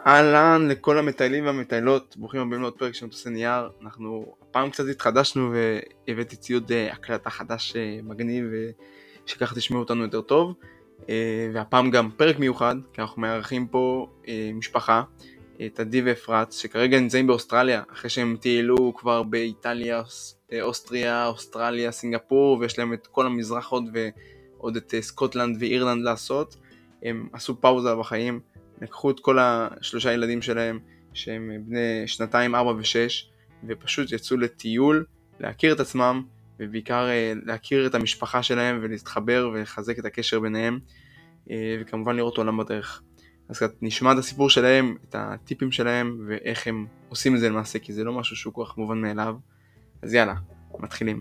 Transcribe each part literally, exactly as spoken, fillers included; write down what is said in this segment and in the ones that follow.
אהלן לכל המטיילים והמטיילות, ברוכים הבאים לעוד פרק של מטוסי נייר. אנחנו הפעם קצת התחדשנו והבאתי ציוד הקלטה חדש מגניב שככה תשמעו אותנו יותר טוב, והפעם גם פרק מיוחד כי אנחנו מארחים פה משפחה, את עדי ואפרת, שכרגע נמצאים באוסטרליה אחרי שהם טיילו כבר באיטליה, אוסטריה, אוסטרליה, סינגפור, ויש להם את כל המזרח עוד ועוד את סקוטלנד ואירלנד לעשות. הם עשו פאוזה בחיים, לקחו את כל השלושה ילדים שלהם שהם בני שנתיים, ארבע ושש, ופשוט יצאו לטיול, להכיר את עצמם ובעיקר להכיר את המשפחה שלהם ולהתחבר ולחזק את הקשר ביניהם, וכמובן לראות עולם בדרך. אז נשמע את הסיפור שלהם, את הטיפים שלהם ואיך הם עושים את זה למעשה, כי זה לא משהו שהוא כל כך מובן מאליו. אז יאללה, מתחילים.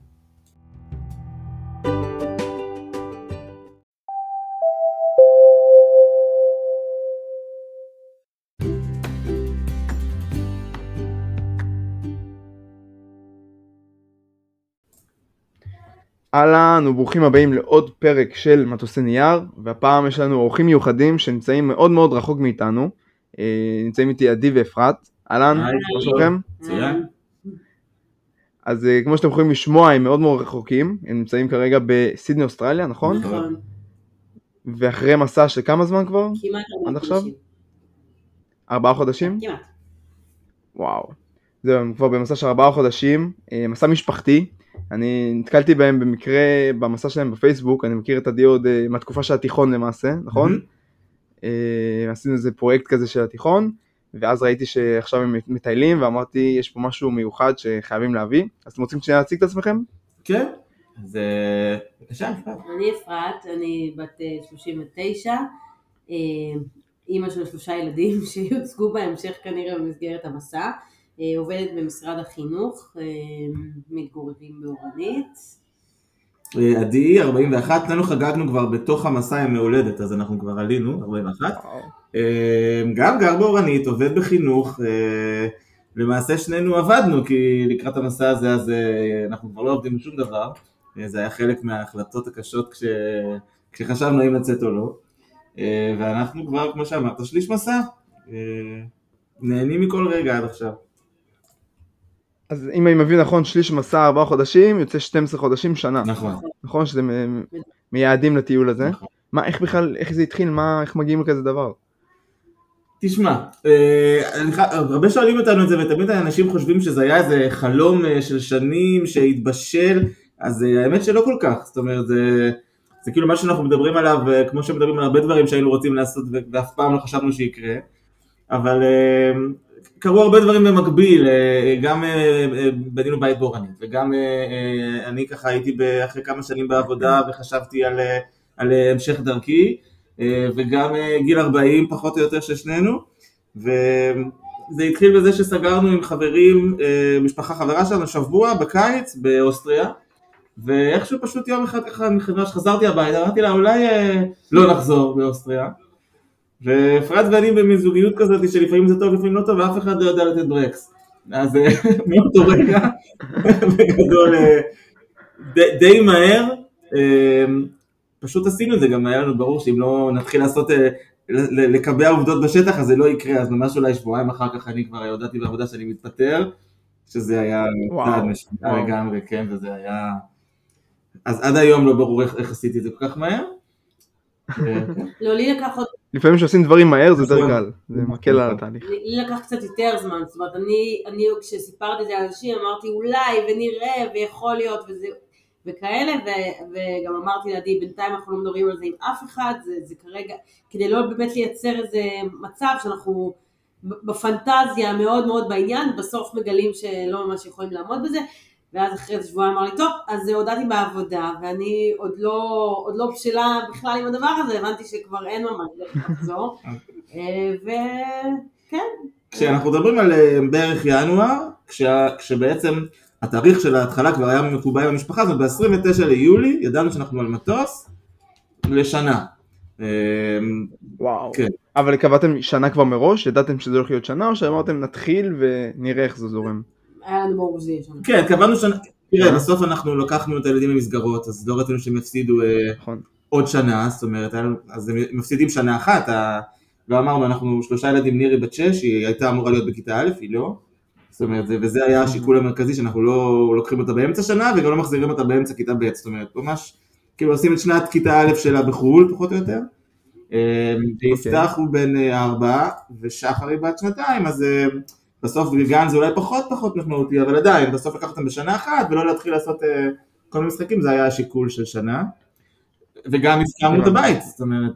אהלן וברוכים הבאים לעוד פרק של מטוסי נייר, והפעם יש לנו אורחים מיוחדים שנמצאים מאוד מאוד רחוק מאיתנו. נמצאים איתי עדי ואפרת. אהלן, מה שלומכם? מצוין. אז כמו שאתם יכולים לשמוע, הם מאוד מאוד רחוקים, הם נמצאים כרגע בסידני אוסטרליה, נכון? נכון. ואחרי מסע של כמה זמן כבר? כמעט עד עכשיו? ארבעה חודשים? כמעט. וואו. זהו, הם כבר במסע של ארבעה חודשים, מסע משפחתי. אני נתקלתי בהם במקרה במסע שלהם בפייסבוק, אני מכיר את עדי עוד מהתקופה של התיכון למעשה, נכון? Mm-hmm. עשינו איזה פרויקט כזה של התיכון, ואז ראיתי שעכשיו הם מטיילים, ואמרתי, יש פה משהו מיוחד שחייבים להביא. אז אתם רוצים להציג את עצמכם? כן. אז בבקשה, אפרת. אני אפרת, אני בת שלושים ותשע, אימא של שלושה ילדים שיוצגו בהמשך כנראה במסגרת המסע, עובדת במשרד החינוך, מתגוררים באורנית. עדי, ארבעים ואחת, אצלנו חגגנו כבר בתוך המסע עם ההולדת, אז אנחנו כבר עלינו, ארבעים ואחת. גם גר באורנית, עובד בחינוך, למעשה שנינו עבדנו, כי לקראת המסע הזה, אז אנחנו כבר לא עובדים בשום דבר, זה היה חלק מההחלטות הקשות כש... כשחשבנו אם לצאת או לא, ואנחנו כבר, כמו שאמרת, שליש מסע, נהנים מכל רגע עד עכשיו. אז אם אני מבין נכון, שליש מסע ארבעה חודשים, יוצא שנים עשר חודשים שנה. נכון. נכון שזה מייעדים לטיול הזה. נכון. מה, איך בכלל, איך זה התחיל, מה, איך מגיעים לכזה דבר? תשמע, הרבה שואלים אותנו את זה, ותמיד האנשים חושבים שזה היה איזה חלום של שנים שהתבשל, אז האמת שלא כל כך, זאת אומרת, זה, זה כאילו מה שאנחנו מדברים עליו, כמו שמדברים על הרבה דברים שהיינו רוצים לעשות, ואף פעם לא חשבנו שיקרה, אבל קרו הרבה דברים במקביל, גם בנינו בית באורנית, וגם אני ככה הייתי אחרי כמה שנים בעבודה וחשבתי על, על המשך דרכי, וגם גיל ארבעים פחות או יותר של שנינו, וזה התחיל בזה שסגרנו עם חברים, משפחה חברה שלנו שבוע בקיץ באוסטריה, ואיכשהו פשוט יום אחד ככה מחזרה שחזרתי הביתה, אמרתי לה אולי לא לחזור באוסטריה, ואפרת ואני במזוגיות כזאת שלפעמים זה טוב, לפעמים לא טוב, ואף אחד לא יודע לתת ברקס. אז מאותו רגע, בגדול, די מהר, פשוט עשינו את זה, גם היה לנו ברור שאם לא נתחיל לעשות, לקבע עובדות בשטח, אז זה לא יקרה, אז ממש אולי שבועיים אחר כך אני כבר יודעתי בעבודה שאני מתפטר, שזה היה צעד משפיע לגמרי, כן, וזה היה... אז עד היום לא ברור איך עשיתי את זה כל כך מהר. לא, לי לקח עוד... לפעמים שעושים דברים מהר זה יותר קל, זה מקל על התהליך. לי לקח קצת יותר זמן, זאת אומרת, אני כשסיפרתי את זה לאנשים, אמרתי אולי ונראה ויכול להיות וזה... וכאלה, וגם אמרתי לעדי, בינתיים אנחנו לא מדברים על זה עם אף אחד, זה כרגע, כדי לא באמת לייצר איזה מצב שאנחנו בפנטזיה מאוד מאוד בעניין, בסוף מגלים שלא ממש יכולים לעמוד בזה, ואז אחרי זה שבוע אמר לי, טוב, אז הודעתי בעבודה, ואני עוד לא, עוד לא בשלה בכלל עם הדבר הזה, הבנתי שכבר אין ממש דרך לחזור, וכן. כשאנחנו מדברים על בערך ינואר, כשבעצם התאריך של ההתחלה כבר היה מקובל במשפחה, זאת ב-עשרים ותשעה ליולי, ידענו שאנחנו על מטוס לשנה. וואו. כן. אבל קבעתם שנה כבר מראש? ידעתם שזה הולך להיות שנה, או שאמרתם נתחיל ונראה איך זה זורם? היה לנו ברור שזה יהיה שנה. כן, קבענו שנה. תראה, בסוף אנחנו לקחנו את הילדים במסגרות, אז לא רצינו שהם יפסידו עוד שנה, זאת אומרת, אז הם מפסידים שנה אחת, לא אמרנו, אנחנו שלושה ילדים, נירי בת שש, היא הייתה אמורה להיות בכיתה א', היא לא. זאת אומרת, וזה היה השיקול המרכזי, שאנחנו לא לוקחים אותה באמצע שנה, וגם לא מחזירים אותה באמצע כיתה ב', זאת אומרת, ממש, כאילו עושים את שנת כיתה א' שלה בחול, פחות או יותר. ויפתח הוא בן ארבע, ושחר היא בת שנתיים, אז בסוף גן זה אולי פחות פחות משמעותי, אבל עדיין, בסוף לקח אותם בשנה אחת, ולא להתחיל לעשות כל מיני משחקים, זה היה השיקול של שנה. וגם הסכמנו את הבית, זאת אומרת,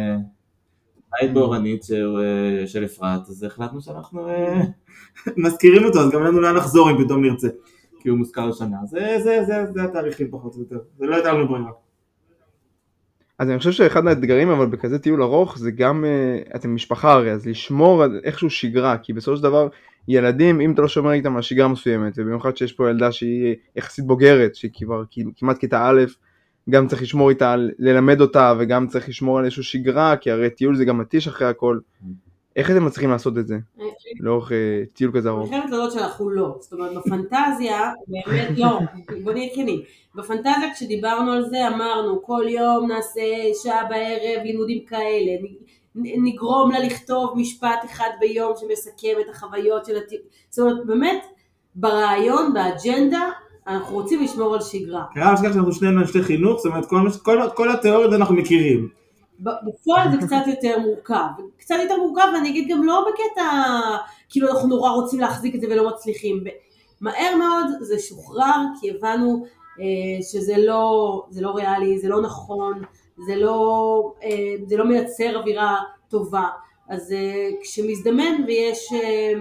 בית באורנית של אפרת, אז החלטנו שאנחנו מזכירים אותו, אז גם לנו לאן לחזור אם פתאום נרצה, כי הוא מוזכר לשנה. זה התאריכים פחות או יותר, זה לא הייתה לנו ברירה. אז אני חושב שאחד מהאתגרים, אבל בכזה טיול ארוך, זה גם, אתם משפחה הרי, אז לשמור איכשהו שגרה, כי בסופו של דבר, ילדים, אם אתה לא שומר איתם על שגרה מסוימת, ובמיוחד שיש פה ילדה שהיא יחסית בוגרת, שהיא כבר כמעט כיתה א', גם צריך לשמור איתה, ללמד אותה, וגם צריך לשמור על איזשהו שגרה, כי הרי טיול זה גם מתיש אחרי הכל. איך אתם מצליחים לעשות את זה? לאורך טיול כזה ארוך. אני חייבת לדעת שאנחנו לא, זאת אומרת בפנטזיה, באמת לא, בוא נהיה כנים, בפנטזיה כשדיברנו על זה אמרנו כל יום נעשה שעה בערב לימודים כאלה, נגרום לה לכתוב משפט אחד ביום שמסכם את החוויות של הטיול, זאת אומרת באמת ברעיון, באג'נדה, אנחנו רוצים לשמור על שגרה. קרה משכך שאנחנו שנינו אנשי חינוך, זאת אומרת כל, כל, כל התיאוריות אנחנו מכירים. בפועל זה קצת יותר מורכב, קצת יותר מורכב ואני אגיד גם לא בקטע, כאילו אנחנו נורא רוצים להחזיק את זה ולא מצליחים, מהר מאוד זה שוחרר כי הבנו אה, שזה לא, זה לא ריאלי, זה לא נכון, זה לא, אה, זה לא מייצר אווירה טובה, אז אה, כשמזדמן ויש אה,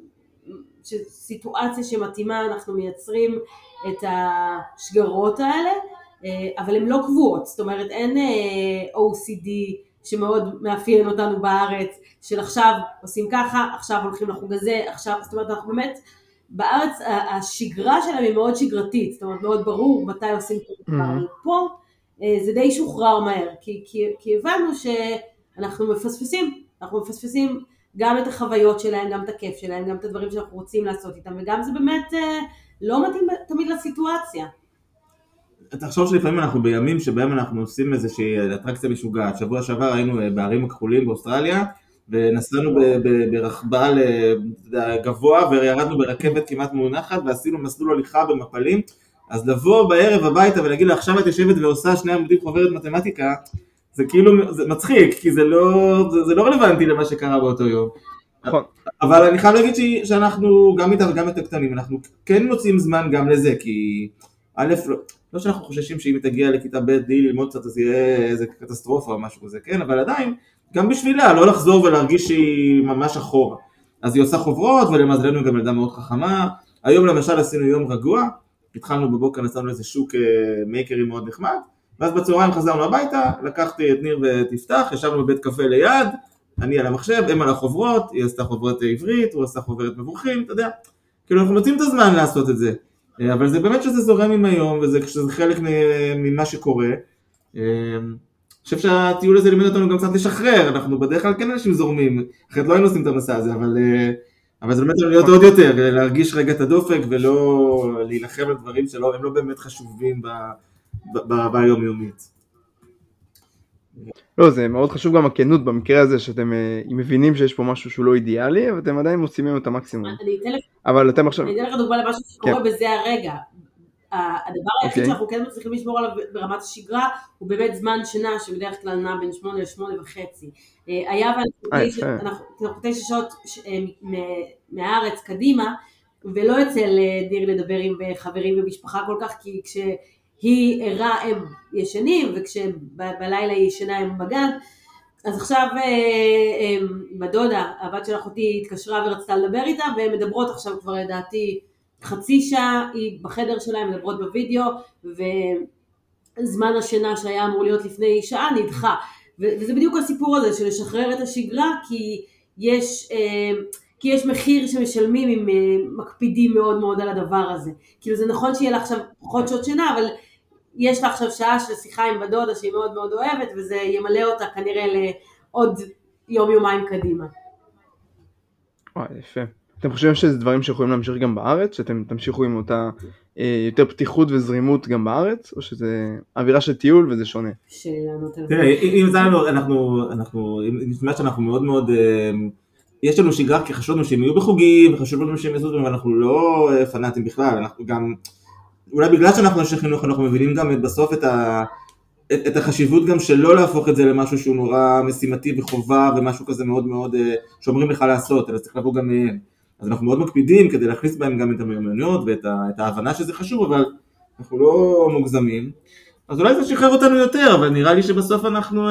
סיטואציה שמתאימה אנחנו מייצרים את השגרות האלה, אבל הן לא קבועות, זאת אומרת אין או סי די שמאוד מאפיין אותנו בארץ, של עכשיו עושים ככה, עכשיו הולכים לחוג הזה, עכשיו, זאת אומרת אנחנו באמת, בארץ השגרה שלהם היא מאוד שגרתית, זאת אומרת מאוד ברור מתי עושים ככה, אבל פה זה די שוחרר מהר, כי, כי, כי הבנו שאנחנו מפספסים, אנחנו מפספסים גם את החוויות שלהם, גם את הכיף שלהם, גם את הדברים שאנחנו רוצים לעשות איתם, וגם זה באמת לא מתאים תמיד לסיטואציה. תחשוב שלפעמים אנחנו בימים שבהם אנחנו עושים איזושהי אטרקציה משוגעת. שבוע שעבר היינו בערים הכחולים באוסטרליה, ונסענו ברכבה גבוה, וירדנו ברכבת כמעט מונחת, ועשינו מסלול הליכה במפלים. אז לבוא בערב הביתה ולהגיד לה, עכשיו את יושבת ועושה שני עמודים חוברת מתמטיקה, זה כאילו, זה מצחיק, כי זה לא, זה, זה לא רלוונטי למה שקרה באותו יום. נכון. אבל אני חייב להגיד שאנחנו, גם איתה וגם את הקטנים, אנחנו כן מוצאים זמן גם לזה, כי א', לא, לא שאנחנו חוששים שאם היא תגיע לכיתה ב' די ללמוד קצת, אז יהיה איזה קטסטרופה או משהו כזה, כן, אבל עדיין, גם בשבילה, לא לחזור ולהרגיש שהיא ממש אחורה. אז היא עושה חוברות, ולמזלנו גם ילדה מאוד חכמה. היום למשל עשינו יום רגוע, התחלנו בבוקר, נסענו איזה שוק מייקרי מאוד נחמד, ואז בצהריים חזרנו הביתה, לקחתי את ניר ותפתח, ישבנו בבית קפה ליד, אני על המחשב, הם על החוברות, היא עשתה חוברת עברית, הוא עשה חוברת מבורכים, אתה יודע, כאילו אנחנו מוצאים את הזמן לעשות את זה, אבל זה באמת שזה זורם עם היום, וזה חלק ממה שקורה. אני חושב שהטיול הזה לימד אותנו גם קצת לשחרר, אנחנו בדרך כלל כן אנשים זורמים, אחרת לא היינו עושים את המסע הזה, אבל, אבל זה באמת להיות עוד יותר, להרגיש רגע את הדופק, ולא להילחם על דברים שלא, הם לא באמת חשובים ביום יומית. לא, זה מאוד חשוב גם הכנות במקרה הזה, שאתם מבינים שיש פה משהו שהוא לא אידיאלי, אבל אתם עדיין מוצאים ממנו את המקסימום. אבל אתם עכשיו... אני אתן לך דוגמה למשהו שקורה בזה הרגע. הדבר היחיד שאנחנו כן מצליחים לשמור עליו ברמת השגרה, הוא באמת זמן שינה, שבדרך כלל נע בין שמונה לשמונה וחצי. היה ואנחנו תשע שעות מהארץ קדימה, ולא יוצא לדיר לדבר עם חברים ומשפחה כל כך, כי כש... היא ערה הם ישנים, וכשבלילה היא ישנה הם בגן, אז עכשיו בדודה, הבת של אחותי התקשרה ורצתה לדבר איתה, והן מדברות עכשיו כבר לדעתי חצי שעה, היא בחדר שלה, הן מדברות בווידאו, וזמן השינה שהיה אמור להיות לפני שעה נדחה, וזה בדיוק הסיפור הזה של לשחרר את השגרה, כי יש... כי יש מחיר שמשלמים עם מקפידים מאוד מאוד על הדבר הזה. כאילו זה נכון שיהיה לה עכשיו פחות שעות שינה, אבל יש לה עכשיו שעה של שיחה עם בדודה שהיא מאוד מאוד אוהבת, וזה ימלא אותה כנראה לעוד יום יומיים קדימה. וואי, יפה. אתם חושבים שזה דברים שיכולים להמשיך גם בארץ? שאתם תמשיכו עם אותה אה, יותר פתיחות וזרימות גם בארץ? או שזה אווירה של טיול וזה שונה? תראה, אם זה לנו, אנחנו, אנחנו, אם נשמע שאנחנו מאוד מאוד, יש לנו שגרה כי חשוב לנו שהם יהיו בחוגים, וחשוב לנו שהם יעשו, אבל אנחנו לא פנאטים בכלל, אנחנו גם, אולי בגלל שאנחנו אנשי חינוך, אנחנו מבינים גם בסוף את ה... את, את החשיבות גם שלא להפוך את זה למשהו שהוא נורא משימתי וחובה ומשהו כזה מאוד מאוד שאומרים לך לעשות, אלא צריך לבוא גם מהם. אז אנחנו מאוד מקפידים כדי להכניס בהם גם את המיומנויות ואת ה, את ההבנה שזה חשוב, אבל אנחנו לא מוגזמים. אז אולי זה שחרר אותנו יותר, אבל נראה לי שבסוף אנחנו,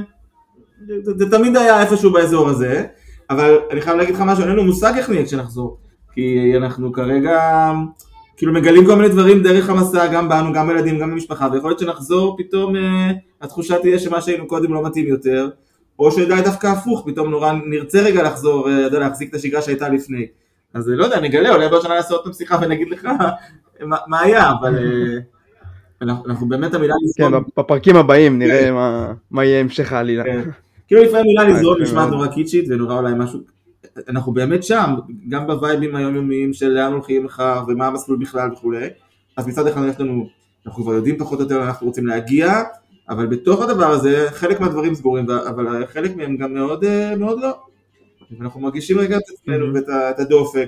זה, זה תמיד היה איפשהו באזור הזה, אבל אני חייב להגיד לך משהו, אין לנו מושג איך נהיה כשנחזור, כי אנחנו כרגע כאילו מגלים כל מיני דברים דרך המסע, גם בנו, גם בילדים, גם במשפחה, ויכול להיות שנחזור, פתאום אה, התחושה תהיה שמה שהיינו קודם לא מתאים יותר, או שדי דווקא הפוך, פתאום נורא נרצה רגע לחזור, אה, יודע, להחזיק את השגרה שהייתה לפני. אז לא יודע, נגלה, אולי בעוד שנה נעשה עוד פסיכה ונגיד לך מה, מה היה, אבל אה, אנחנו, אנחנו באמת המילה לזרום. כן, בפרקים הבאים נראה מה, מה יהיה המשך העלילה. כן. כאילו לפעמים המילה לזרום נשמעת נורא קיצ'ית ונורא אולי משהו, אנחנו באמת שם, גם בווייבים היומיומיים של לאן הולכים מחר ומה המסלול בכלל וכו'. אז מצד אחד יש לנו, אנחנו כבר יודעים פחות או יותר אנחנו רוצים להגיע, אבל בתוך הדבר הזה חלק מהדברים סגורים, אבל חלק מהם גם מאוד, מאוד לא. אנחנו מרגישים רגע את עצמנו ואת הדופק,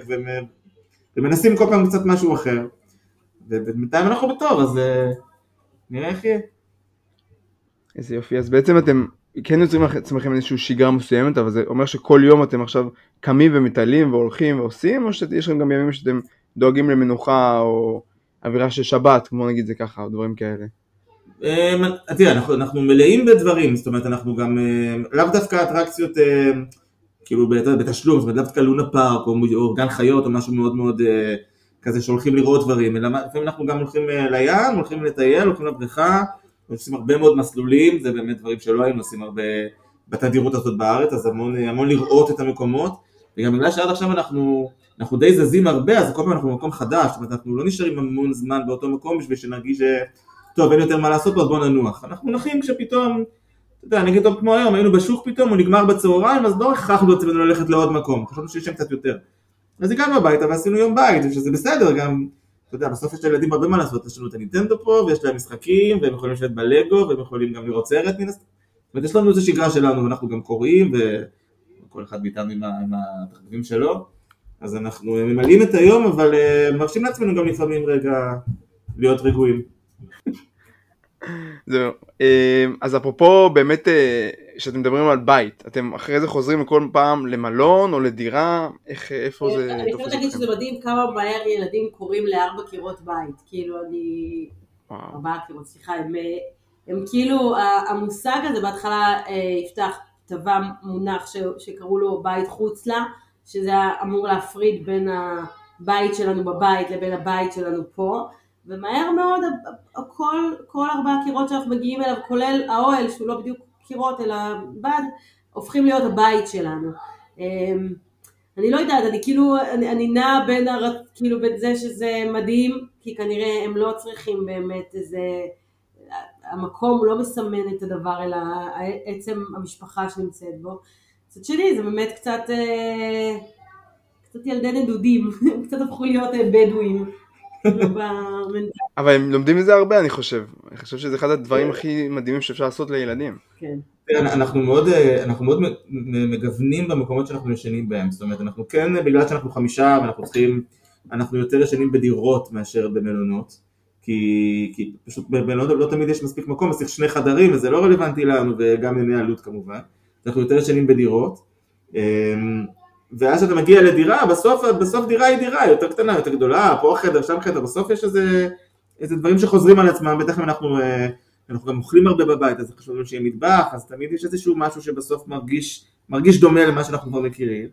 ומנסים כל פעם קצת משהו אחר. ובינתיים אנחנו בטוב, אז נראה איך יהיה. איזה יופי, אז בעצם אתם כן יוצרים לעצמכם איזושהי שגרה מסוימת, אבל זה אומר שכל יום אתם עכשיו קמים ומטיילים והולכים ועושים, או שיש לכם גם ימים שאתם דואגים למנוחה או אווירה של שבת, כמו נגיד זה ככה, או דברים כאלה? תראה, אנחנו מלאים בדברים, זאת אומרת, אנחנו גם, לאו דווקא אטרקציות, כאילו בתשלום, זאת אומרת, לאו דווקא לונה פארק, או גן חיות, או משהו מאוד מאוד כזה שהולכים לראות דברים, אלא לפעמים אנחנו גם הולכים לים, הולכים לטייל, הולכים לבריכה, עושים הרבה מאוד מסלולים, זה באמת דברים שלא היינו עושים הרבה בתדירות הזאת בארץ, אז המון, המון לראות את המקומות, וגם בגלל שעד עכשיו אנחנו, אנחנו די זזים הרבה, אז כל פעם אנחנו במקום חדש, זאת אומרת, אנחנו לא נשארים המון זמן באותו מקום, בשביל שנרגיש טוב, אין יותר מה לעשות, אז בוא ננוח. אנחנו נחים כשפתאום, אתה יודע, נגיד טוב כמו היום, היינו בשוק פתאום, הוא נגמר בצהריים, אז לא הכרחנו בעצמנו ללכת לעוד מקום, חשבנו שיש שם קצת יותר. אז הגענו הביתה ועשינו יום בית, שזה בסדר גם, אתה יודע, בסוף יש לילדים הרבה מה לעשות, יש לנו את הנינטנדו פה, ויש להם משחקים, והם יכולים לשבת בלגו, והם יכולים גם לראות סרט מן הסתם. זאת אומרת, יש לנו איזו שגרה שלנו, ואנחנו גם קוראים, וכל אחד מאיתנו עם התחביבים שלו. אז אנחנו ממלאים את היום, אבל מרשים לעצמנו גם לפעמים רגע להיות רגועים. זהו. אז אפרופו באמת שאתם מדברים על בית, אתם אחרי זה חוזרים כל פעם למלון או לדירה, איך, איפה זה? אני חושבת להגיד שזה מדהים כמה מהר ילדים קוראים לארבע קירות בית, כאילו אני, ארבעה קירות, סליחה, הם, הם כאילו, המושג הזה בהתחלה יפתח טבע מונח שקראו לו בית חוץ לה, שזה אמור להפריד בין הבית שלנו בבית לבין הבית שלנו פה, ומהר מאוד כל, כל ארבעה קירות שאנחנו מגיעים אליו, כולל האוהל שהוא לא בדיוק קירות אלא בד, הופכים להיות הבית שלנו. אני לא יודעת, אני כאילו, אני, אני נעה בין, הר, כאילו בין זה שזה מדהים, כי כנראה הם לא צריכים באמת איזה, המקום הוא לא מסמן את הדבר, אלא עצם המשפחה שנמצאת בו. קצת שני, זה באמת קצת, קצת ילדי נדודים, קצת הפכו להיות בדואים. אבל הם לומדים מזה הרבה, אני חושב. אני חושב שזה אחד הדברים הכי מדהימים שאפשר לעשות לילדים. כן. אנחנו מאוד, אנחנו מאוד מגוונים במקומות שאנחנו ישנים בהם. זאת אומרת, אנחנו כן, בגלל שאנחנו חמישה, ואנחנו צריכים, אנחנו יותר ישנים בדירות מאשר במלונות, כי, כי פשוט במלונות לא תמיד יש מספיק מקום, אז צריך שני חדרים, וזה לא רלוונטי לנו, וגם עיני עלות כמובן. אנחנו יותר ישנים בדירות. ואז שאתה מגיע לדירה, בסוף, בסוף דירה היא דירה, יותר קטנה, יותר גדולה, פה חדר, שם חדר, בסוף יש איזה, איזה דברים שחוזרים על עצמם, בטח אם אנחנו, אנחנו גם אוכלים הרבה בבית, אז חשוב לנו שיהיה מטבח, אז תמיד יש איזשהו משהו שבסוף מרגיש, מרגיש דומה למה שאנחנו כבר מכירים.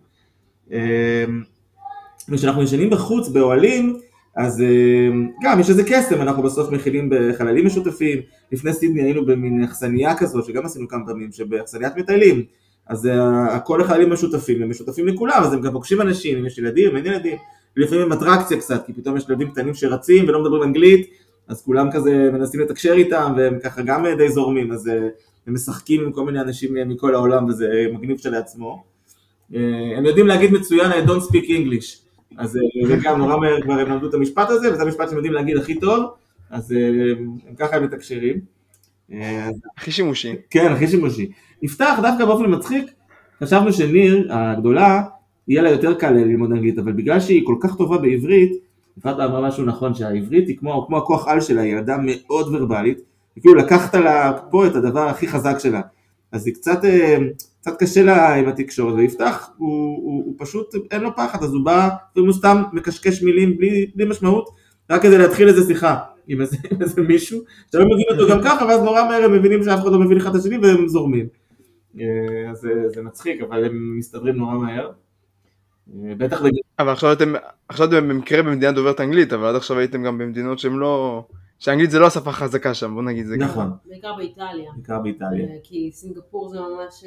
וכשאנחנו ישנים בחוץ, באוהלים, אז גם יש איזה קסם, אנחנו בסוף מכילים בחללים משותפים, לפני סידני היינו במין אכסניה כזו, שגם עשינו כמה פעמים, שבאכסניית מטיילים, אז כל החיילים משותפים, הם משותפים לכולם, אז הם גם פוגשים אנשים, אם יש ילדים, אין ילדים, לפעמים הם אטרקציה קצת, כי פתאום יש ילדים קטנים שרצים ולא מדברים אנגלית, אז כולם כזה מנסים לתקשר איתם, והם ככה גם די זורמים, אז הם משחקים עם כל מיני אנשים מכל העולם, וזה מגניב שלעצמו. הם יודעים להגיד מצוין, I don't speak English, אז זה גם נורא מהר כבר הם למדו את המשפט הזה, וזה המשפט שהם יודעים להגיד הכי טוב, אז הם ככה הם מתקשרים. הכי שימושי. כן, הכי שימושי. יפתח דווקא באופן מצחיק, חשבנו שניר הגדולה, יהיה לה יותר קל ללמוד אנגלית, אבל בגלל שהיא כל כך טובה בעברית, יפעת אמרה משהו נכון, שהעברית היא כמו, כמו הכוח על שלה, היא ילדה מאוד ורבלית, וכאילו לקחת לה פה את הדבר הכי חזק שלה, אז היא קצת, קצת קשה לה עם התקשורת, ויפתח, הוא, הוא, הוא פשוט, אין לו פחד, אז הוא בא, והוא סתם מקשקש מילים בלי, בלי משמעות, רק כדי להתחיל איזה שיחה עם איזה, עם איזה מישהו, שאתה לא מבין אותו גם ככה, ואז נורא מהר הם מבינים שאף אחד לא מבין אחד את השני, והם זורמים. אז זה, זה מצחיק, אבל הם מסתדרים נורא מהר. בטח בגלל... אבל עכשיו אתם, עכשיו אתם במקרה במדינה דוברת אנגלית, אבל עד עכשיו הייתם גם במדינות שהן לא... שאנגלית זה לא השפה חזקה שם, בוא נגיד זה ככה. נכון. בעיקר באיטליה. בעיקר באיטליה. כי סינגפור זה ממש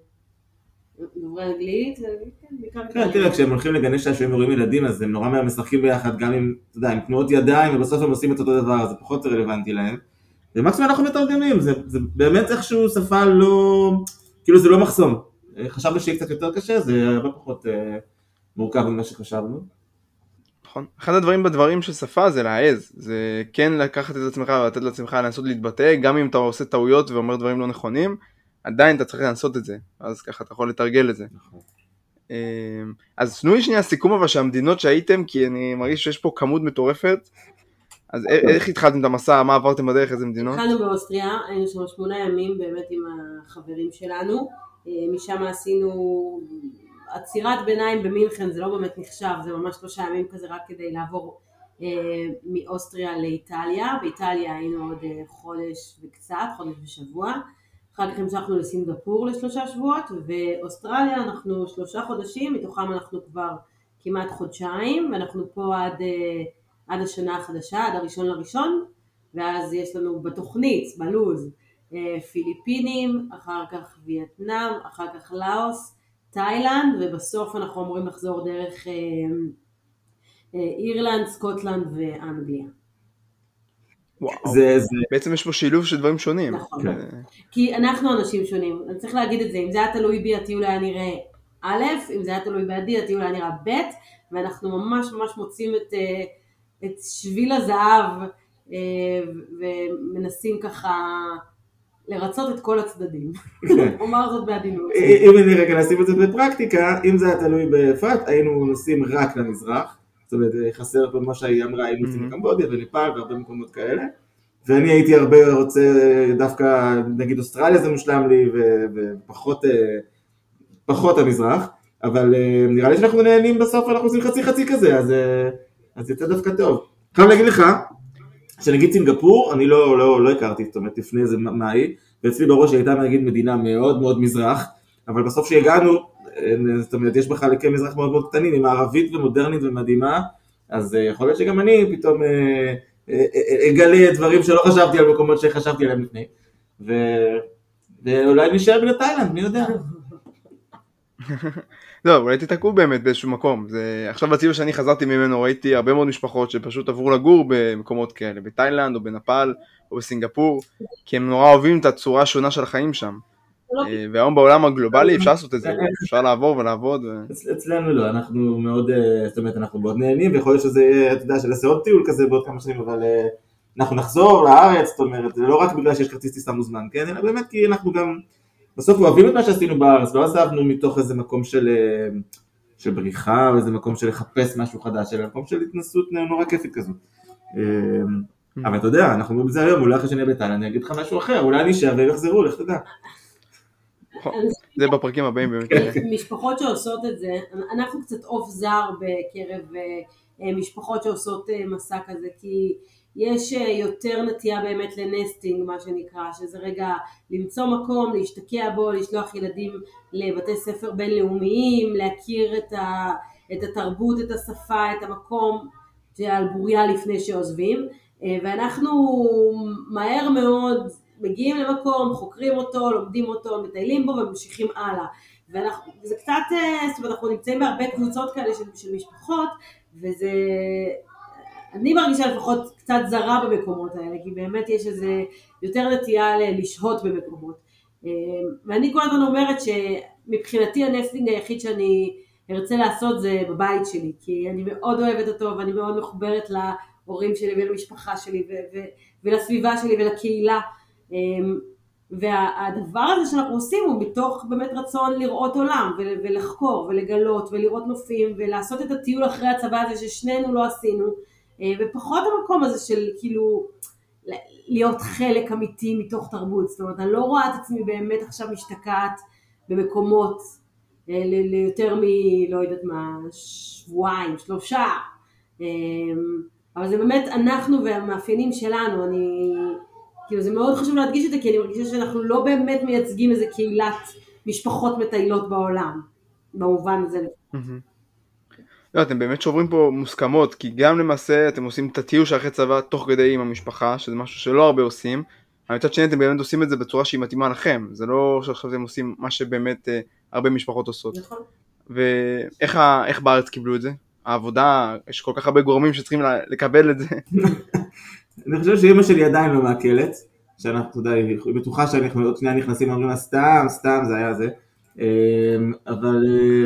דוברי אנגלית, בעיקר באיטליה. כן, תראה, כשהם הולכים לגני שעשועים ורואים ילדים, אז הם נורא מהר משחקים ביחד, גם עם, אתה יודע, עם תנועות ידיים, ובסוף הם עושים את אותו דבר, אז זה פחות רלוונטי להם. ומקסימום אנחנו מתרגמים, זה, זה באמת איכשהו שפה לא... כאילו זה לא מחסום. חשבנו שיהיה קצת יותר קשה, זה הרבה פחות אה, מורכב ממה שחשבנו. נכון. אחד הדברים בדברים של שפה זה להעז, זה כן לקחת את עצמך ולתת לעצמך לנסות להתבטא, גם אם אתה עושה טעויות ואומר דברים לא נכונים, עדיין אתה צריך לעשות את זה, אז ככה אתה יכול לתרגל את זה. נכון. אז תנו לי שנייה סיכום אבל שהמדינות שהייתם, כי אני מרגיש שיש פה כמות מטורפת, אז איך התחלתם את המסע, מה עברתם בדרך, איזה מדינות? התחלנו באוסטריה, היינו שם שמונה ימים באמת עם החברים שלנו, משם עשינו עצירת ביניים במינכן, זה לא באמת נחשב, זה ממש שלושה ימים כזה רק כדי לעבור אה, מאוסטריה לאיטליה, באיטליה היינו עוד אה, חודש וקצת, חודש ושבוע, אחר כך המשכנו לסינגפור לשלושה שבועות, ואוסטרליה אנחנו שלושה חודשים, מתוכם אנחנו כבר כמעט חודשיים, ואנחנו פה עד, אה, עד השנה החדשה, עד הראשון לראשון, ואז יש לנו בתוכנית, בלוז, פיליפינים, אחר כך וייטנאם, אחר כך לאוס, תאילנד, ובסוף אנחנו אמורים לחזור דרך אירלנד, סקוטלנד ואנגליה. וואו, זה, זה... בעצם יש פה שילוב של דברים שונים. נכון, כן. כי אנחנו אנשים שונים, אני צריך להגיד את זה, אם זה היה תלוי בי, הטיול היה נראה א', אם זה היה תלוי בעדי, הטיול היה נראה ב', ואנחנו ממש ממש מוצאים את, את שביל הזהב, ומנסים ככה לרצות את כל הצדדים. אומר זאת בעדינות. אם אני רגע נשים את זה בפרקטיקה, אם זה היה תלוי בפרט, היינו נוסעים רק למזרח, זאת אומרת, חסר פה מה שהיא אמרה, היינו נוסעים לקמבודיה וניפאל והרבה מקומות כאלה, ואני הייתי הרבה רוצה, דווקא נגיד אוסטרליה זה מושלם לי, ופחות פחות המזרח, אבל נראה לי שאנחנו נהנים בסוף, אנחנו עושים חצי חצי כזה, אז יצא דווקא טוב. חייב להגיד לך, שנגיד סינגפור, אני לא, לא, לא הכרתי, זאת אומרת, לפני איזה מה היא, ואצלי בראש הייתה נגיד מדינה מאוד מאוד מזרח, אבל בסוף שהגענו, זאת אומרת, יש בחלקי מזרח מאוד מאוד קטנים, עם מערבית ומודרנית ומדהימה, אז יכול להיות שגם אני פתאום אה, אה, אה, אגלה דברים שלא חשבתי על מקומות שחשבתי עליהם לפני, ו... ואולי נשאר בלתאילנד, מי יודע? לא, אולי תתעקעו באמת באיזשהו מקום. זה... עכשיו בציור שאני חזרתי ממנו ראיתי הרבה מאוד משפחות שפשוט עברו לגור במקומות כאלה, בתאילנד או בנפאל או בסינגפור, כי הם נורא אוהבים את הצורה השונה של החיים שם. והיום בעולם הגלובלי אפשר לעשות את זה, אפשר לעבור ולעבוד. אצלנו לא, אנחנו מאוד, זאת אומרת, אנחנו מאוד נהנים, ויכול להיות שזה, אתה יודע, שלעשה עוד טיול כזה בעוד כמה שנים, אבל אנחנו נחזור לארץ, זאת אומרת, זה לא רק בגלל שיש כרטיס טיסה מוזמן, כן? אלא באמת כי אנחנו גם בסוף אוהבים את מה שעשינו בארץ, לא עזבנו מתוך איזה מקום של, של בריחה, או איזה מקום של לחפש משהו חדש, אלא מקום של התנסות נורא כיפית כזאת. אבל אתה יודע, אנחנו בזה היום, אולי אחרי שנהיה בתאילנד, אני אגיד לך משהו אחר, אולי אני אשאר והם יחזרו, לך תדע. זה בפרקים הבאים באמת. משפחות שעושות את זה, אנחנו קצת עוף זר בקרב משפחות שעושות מסע כזה, כי יש יותר נטייה באמת לנסטינג, מה שנקרא, שזה רגע למצוא מקום, להשתקע בו, לשלוח ילדים לבתי ספר בינלאומיים, להכיר את, ה, את התרבות, את השפה, את המקום שעל בוריה לפני שעוזבים, ואנחנו מהר מאוד מגיעים למקום, חוקרים אותו, לומדים אותו, מטיילים בו וממשיכים הלאה. ואנחנו, וזה קצת, זאת אומרת, אנחנו נמצאים בהרבה קבוצות כאלה של, של משפחות, וזה, אני מרגישה לפחות קצת זרה במקומות האלה, כי באמת יש איזה יותר נטייה לשהות במקומות. ואני כל הזמן אומרת שמבחינתי הנסטינג היחיד שאני ארצה לעשות זה בבית שלי, כי אני מאוד אוהבת אותו ואני מאוד מחוברת להורים שלי ולמשפחה שלי ו- ו- ולסביבה שלי ולקהילה, והדבר הזה שאנחנו עושים הוא מתוך באמת רצון לראות עולם ול- ולחקור ולגלות ולראות נופים ולעשות את הטיול אחרי הצבא הזה ששנינו לא עשינו, ופחות המקום הזה של כאילו להיות חלק אמיתי מתוך תרבות. זאת אומרת, אני לא רואה את עצמי באמת עכשיו משתקעת במקומות ליותר מ... לא יודעת מה, שבועיים, שלושה. אבל זה באמת אנחנו והמאפיינים שלנו. אני... כאילו זה מאוד חשוב להדגיש את זה, כי אני מרגישה שאנחנו לא באמת מייצגים איזה קהילת משפחות מטיילות בעולם, במובן הזה. לא, אתם באמת שוברים פה מוסכמות, כי גם למעשה אתם עושים את הטיול של אחרי צבא תוך כדי עם המשפחה, שזה משהו שלא הרבה עושים, אבל מצד שני אתם באמת עושים את זה בצורה שהיא מתאימה לכם, זה לא שעכשיו אתם עושים מה שבאמת אה, הרבה משפחות עושות. נכון. ואיך ה, איך בארץ קיבלו את זה? העבודה, יש כל כך הרבה גורמים שצריכים לקבל את זה. אני חושב שאמא שלי עדיין לא מעכלת, שאנחנו, אתה יודע, היא בטוחה שאנחנו עוד שנייה נכנסים ואומרים לה סתם, סתם, זה היה זה. אבל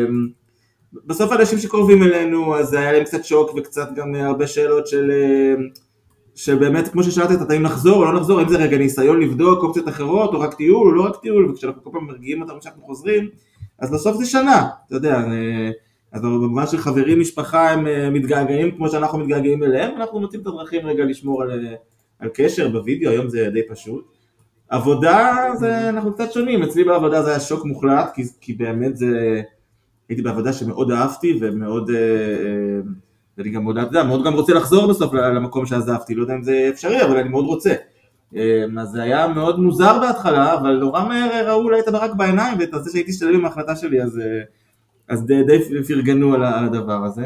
בסוף האנשים שקרובים אלינו, אז היה להם קצת שוק וקצת גם הרבה שאלות של, שבאמת, כמו ששאלת, אתה אם נחזור או לא נחזור, האם זה רגע ניסיון לבדוק אופציות אחרות, או רק טיול או לא רק טיול, וכשאנחנו כל פעם מרגיעים אותם שאנחנו חוזרים, אז בסוף זה שנה, אתה יודע, אז במובן של חברים, משפחה, הם מתגעגעים כמו שאנחנו מתגעגעים אליהם, אנחנו מוצאים את הדרכים רגע לשמור על, על קשר בווידאו, היום זה די פשוט. עבודה, זה, אנחנו קצת שונים, אצלי בעבודה זה היה שוק מוחלט, כי, כי באמת זה, הייתי בעבודה שמאוד אהבתי, ומאוד, ואני גם מאוד, אתה יודע, מאוד גם רוצה לחזור בסוף למקום שעזבתי, לא יודע אם זה אפשרי, אבל אני מאוד רוצה. אז זה היה מאוד מוזר בהתחלה, אבל נורא מהר ראו אולי את הברק בעיניים, ואת זה שהייתי שלם עם ההחלטה שלי, אז... אז די, די פרגנו על הדבר הזה.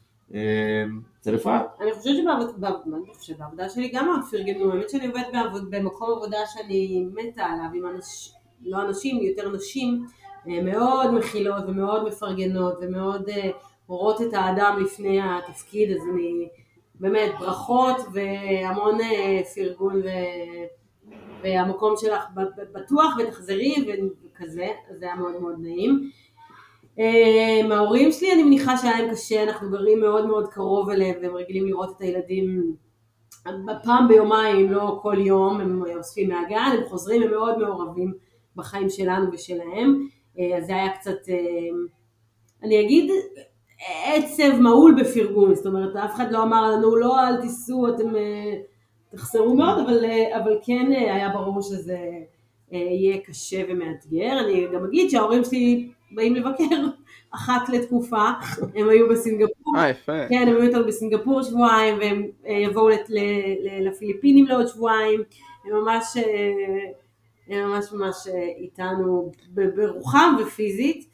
זה לפרט. אני חושבת שבעבודה שלי גם פרגנו, האמת שאני עובדת במקום עבודה שאני מתה עליו, עם אנשים, לא אנשים, יותר נשים, מאוד מכילות ומאוד מפרגנות ומאוד רואות את האדם לפני התפקיד, אז אני באמת ברכות והמון פרגון והמקום שלך בטוח ותחזרי וכזה, אז זה היה מאוד מאוד נעים. מההורים שלי אני מניחה שהיה להם קשה, אנחנו גרים מאוד מאוד קרוב אליהם והם רגילים לראות את הילדים פעם ביומיים, לא כל יום, הם אוספים מהגן, הם חוזרים, הם מאוד מעורבים בחיים שלנו ושלהם, אז זה היה קצת, אני אגיד, עצב מעול בפרגון, זאת אומרת, אף אחד לא אמר לנו, לא, אל תיסעו, אתם תחסרו מאוד, אבל, אבל כן היה ברור שזה יהיה קשה ומאתגר. אני גם אגיד שההורים שלי באים לבקר אחת לתקופה, הם היו בסינגפור, אה, יפה. כן, הם היו איתנו בסינגפור שבועיים, והם יבואו לפיליפינים לעוד שבועיים, הם ממש, הם ממש ממש איתנו ברוחם ופיזית,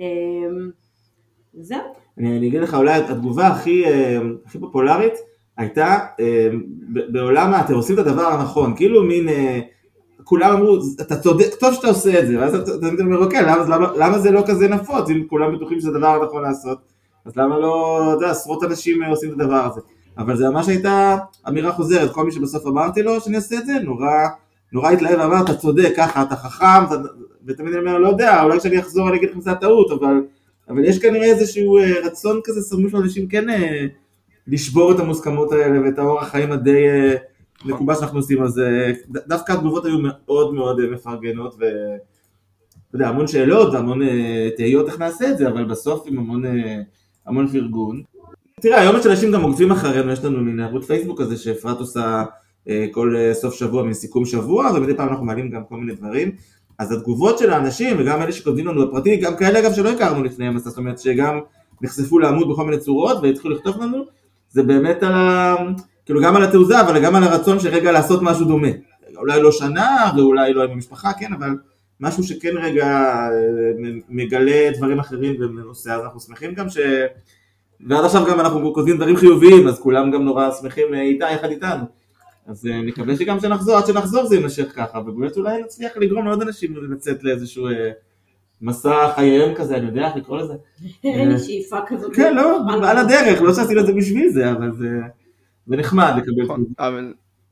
זהו. אני, אני אגיד לך, אולי התגובה הכי, הכי פופולרית הייתה, בעולם אתם עושים את הדבר הנכון, כאילו מין, כולם אמרו, אתה צודק, טוב שאתה עושה את זה, ואז אתה אומר, אוקיי, למה, למה זה לא כזה נפוץ, אם כולם בטוחים שזה הדבר הנכון לעשות, אז למה לא, אתה יודע, עשרות אנשים עושים את הדבר הזה, אבל זה ממש הייתה אמירה חוזרת, כל מי שבסוף אמרתי לו שאני אעשה את זה, נורא, נורא התלהב ואמר, אתה צודק, ככה, אתה חכם, ותמיד אני אומר, לא יודע, אולי כשאני אחזור אני אגיד לכם שזה הטעות, אבל, אבל יש כנראה איזשהו רצון כזה סמוי של אנשים כן לשבור את המוסכמות האלה ואת האורח החיים הדי מקובל שאנחנו עושים, אז דווקא התגובות היו מאוד מאוד מפרגנות, ואתה יודע, המון שאלות, המון תהיות איך נעשה את זה, אבל בסוף עם המון, המון פרגון. תראה, היום יש אנשים גם עוקבים אחרינו, יש לנו מין ערוץ פייסבוק הזה שאפרת עושה כל סוף שבוע מסיכום שבוע, ומדי פעם אנחנו מעלים גם כל מיני דברים, אז התגובות של האנשים, וגם אלה שכותבים לנו בפרטי, גם כאלה אגב שלא הכרנו לפניהם, זאת אומרת שגם נחשפו לעמוד בכל מיני צורות, והתחילו לכתוב לנו, זה באמת על ה... כאילו גם על התעוזה, אבל גם על הרצון שרגע לעשות משהו דומה. אולי לא שנה, ואולי לא עם המשפחה, כן, אבל משהו שכן רגע מגלה דברים אחרים בנושא, אז אנחנו שמחים גם ש... ועד עכשיו גם אנחנו כותבים דברים חיוביים, אז כולם גם נורא שמחים איתה, יחד איתנו. אז נקווה שגם שנחזור, עד שנחזור זה יימשך ככה, ובאמת אולי נצליח לגרום לעוד אנשים לצאת לאיזשהו מסע חייהם כזה, אני יודע איך לקרוא לזה. אין לי שאיפה כזאת. כן, לא, על הדרך, לא שעשינו את זה בשביל זה, אבל זה נחמד לקבל. אבל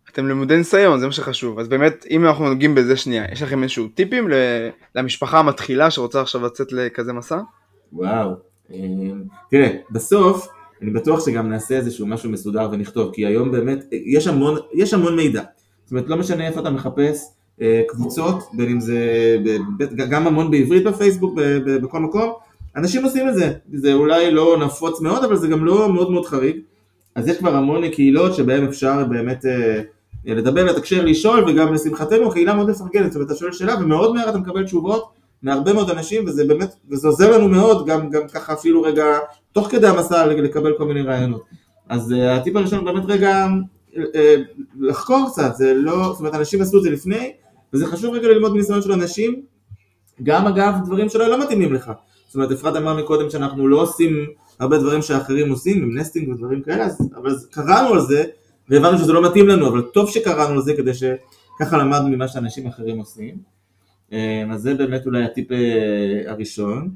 אתם למודי ניסיון, זה מה שחשוב. אז באמת, אם אנחנו נוגעים בזה שנייה, יש לכם איזשהו טיפים למשפחה המתחילה שרוצה עכשיו לצאת לכזה מסע? וואו. תראה, בסוף, אני בטוח שגם נעשה איזשהו משהו מסודר ונכתוב, כי היום באמת, יש המון, יש המון מידע. זאת אומרת, לא משנה איפה אתה מחפש קבוצות, בין אם זה, גם המון בעברית בפייסבוק, בכל מקום, אנשים עושים את זה. זה אולי לא נפוץ מאוד, אבל זה גם לא מאוד מאוד חריג. אז יש כבר המון קהילות שבהם אפשר באמת לדבר, לתקשר, לשאול, וגם לשמחתנו, קהילה מאוד מפרגנת, זאת אומרת, אתה שואל שאלה, ומאוד מהר אתה מקבל תשובות מהרבה מאוד אנשים, וזה באמת, וזה עוזר לנו מאוד, גם, גם ככה אפילו רגע, תוך כדי המסע, לקבל כל מיני רעיונות. אז הטיפ הראשון באמת רגע, לחקור קצת, זה לא, זאת אומרת, אנשים עשו את זה לפני, וזה חשוב רגע ללמוד מניסיון של אנשים, גם אגב, דברים שלא לא מתאימים לך. זאת אומרת, אפרת אמרה מקודם שאנחנו לא עושים הרבה דברים שאחרים עושים, עם נסטינג ודברים כאלה, אבל קראנו על זה, והבנו שזה לא מתאים לנו, אבל טוב שקראנו על זה, כדי שככה למדנו ממה שאנשים אחרים עושים. אז זה באמת אולי הטיפ הראשון.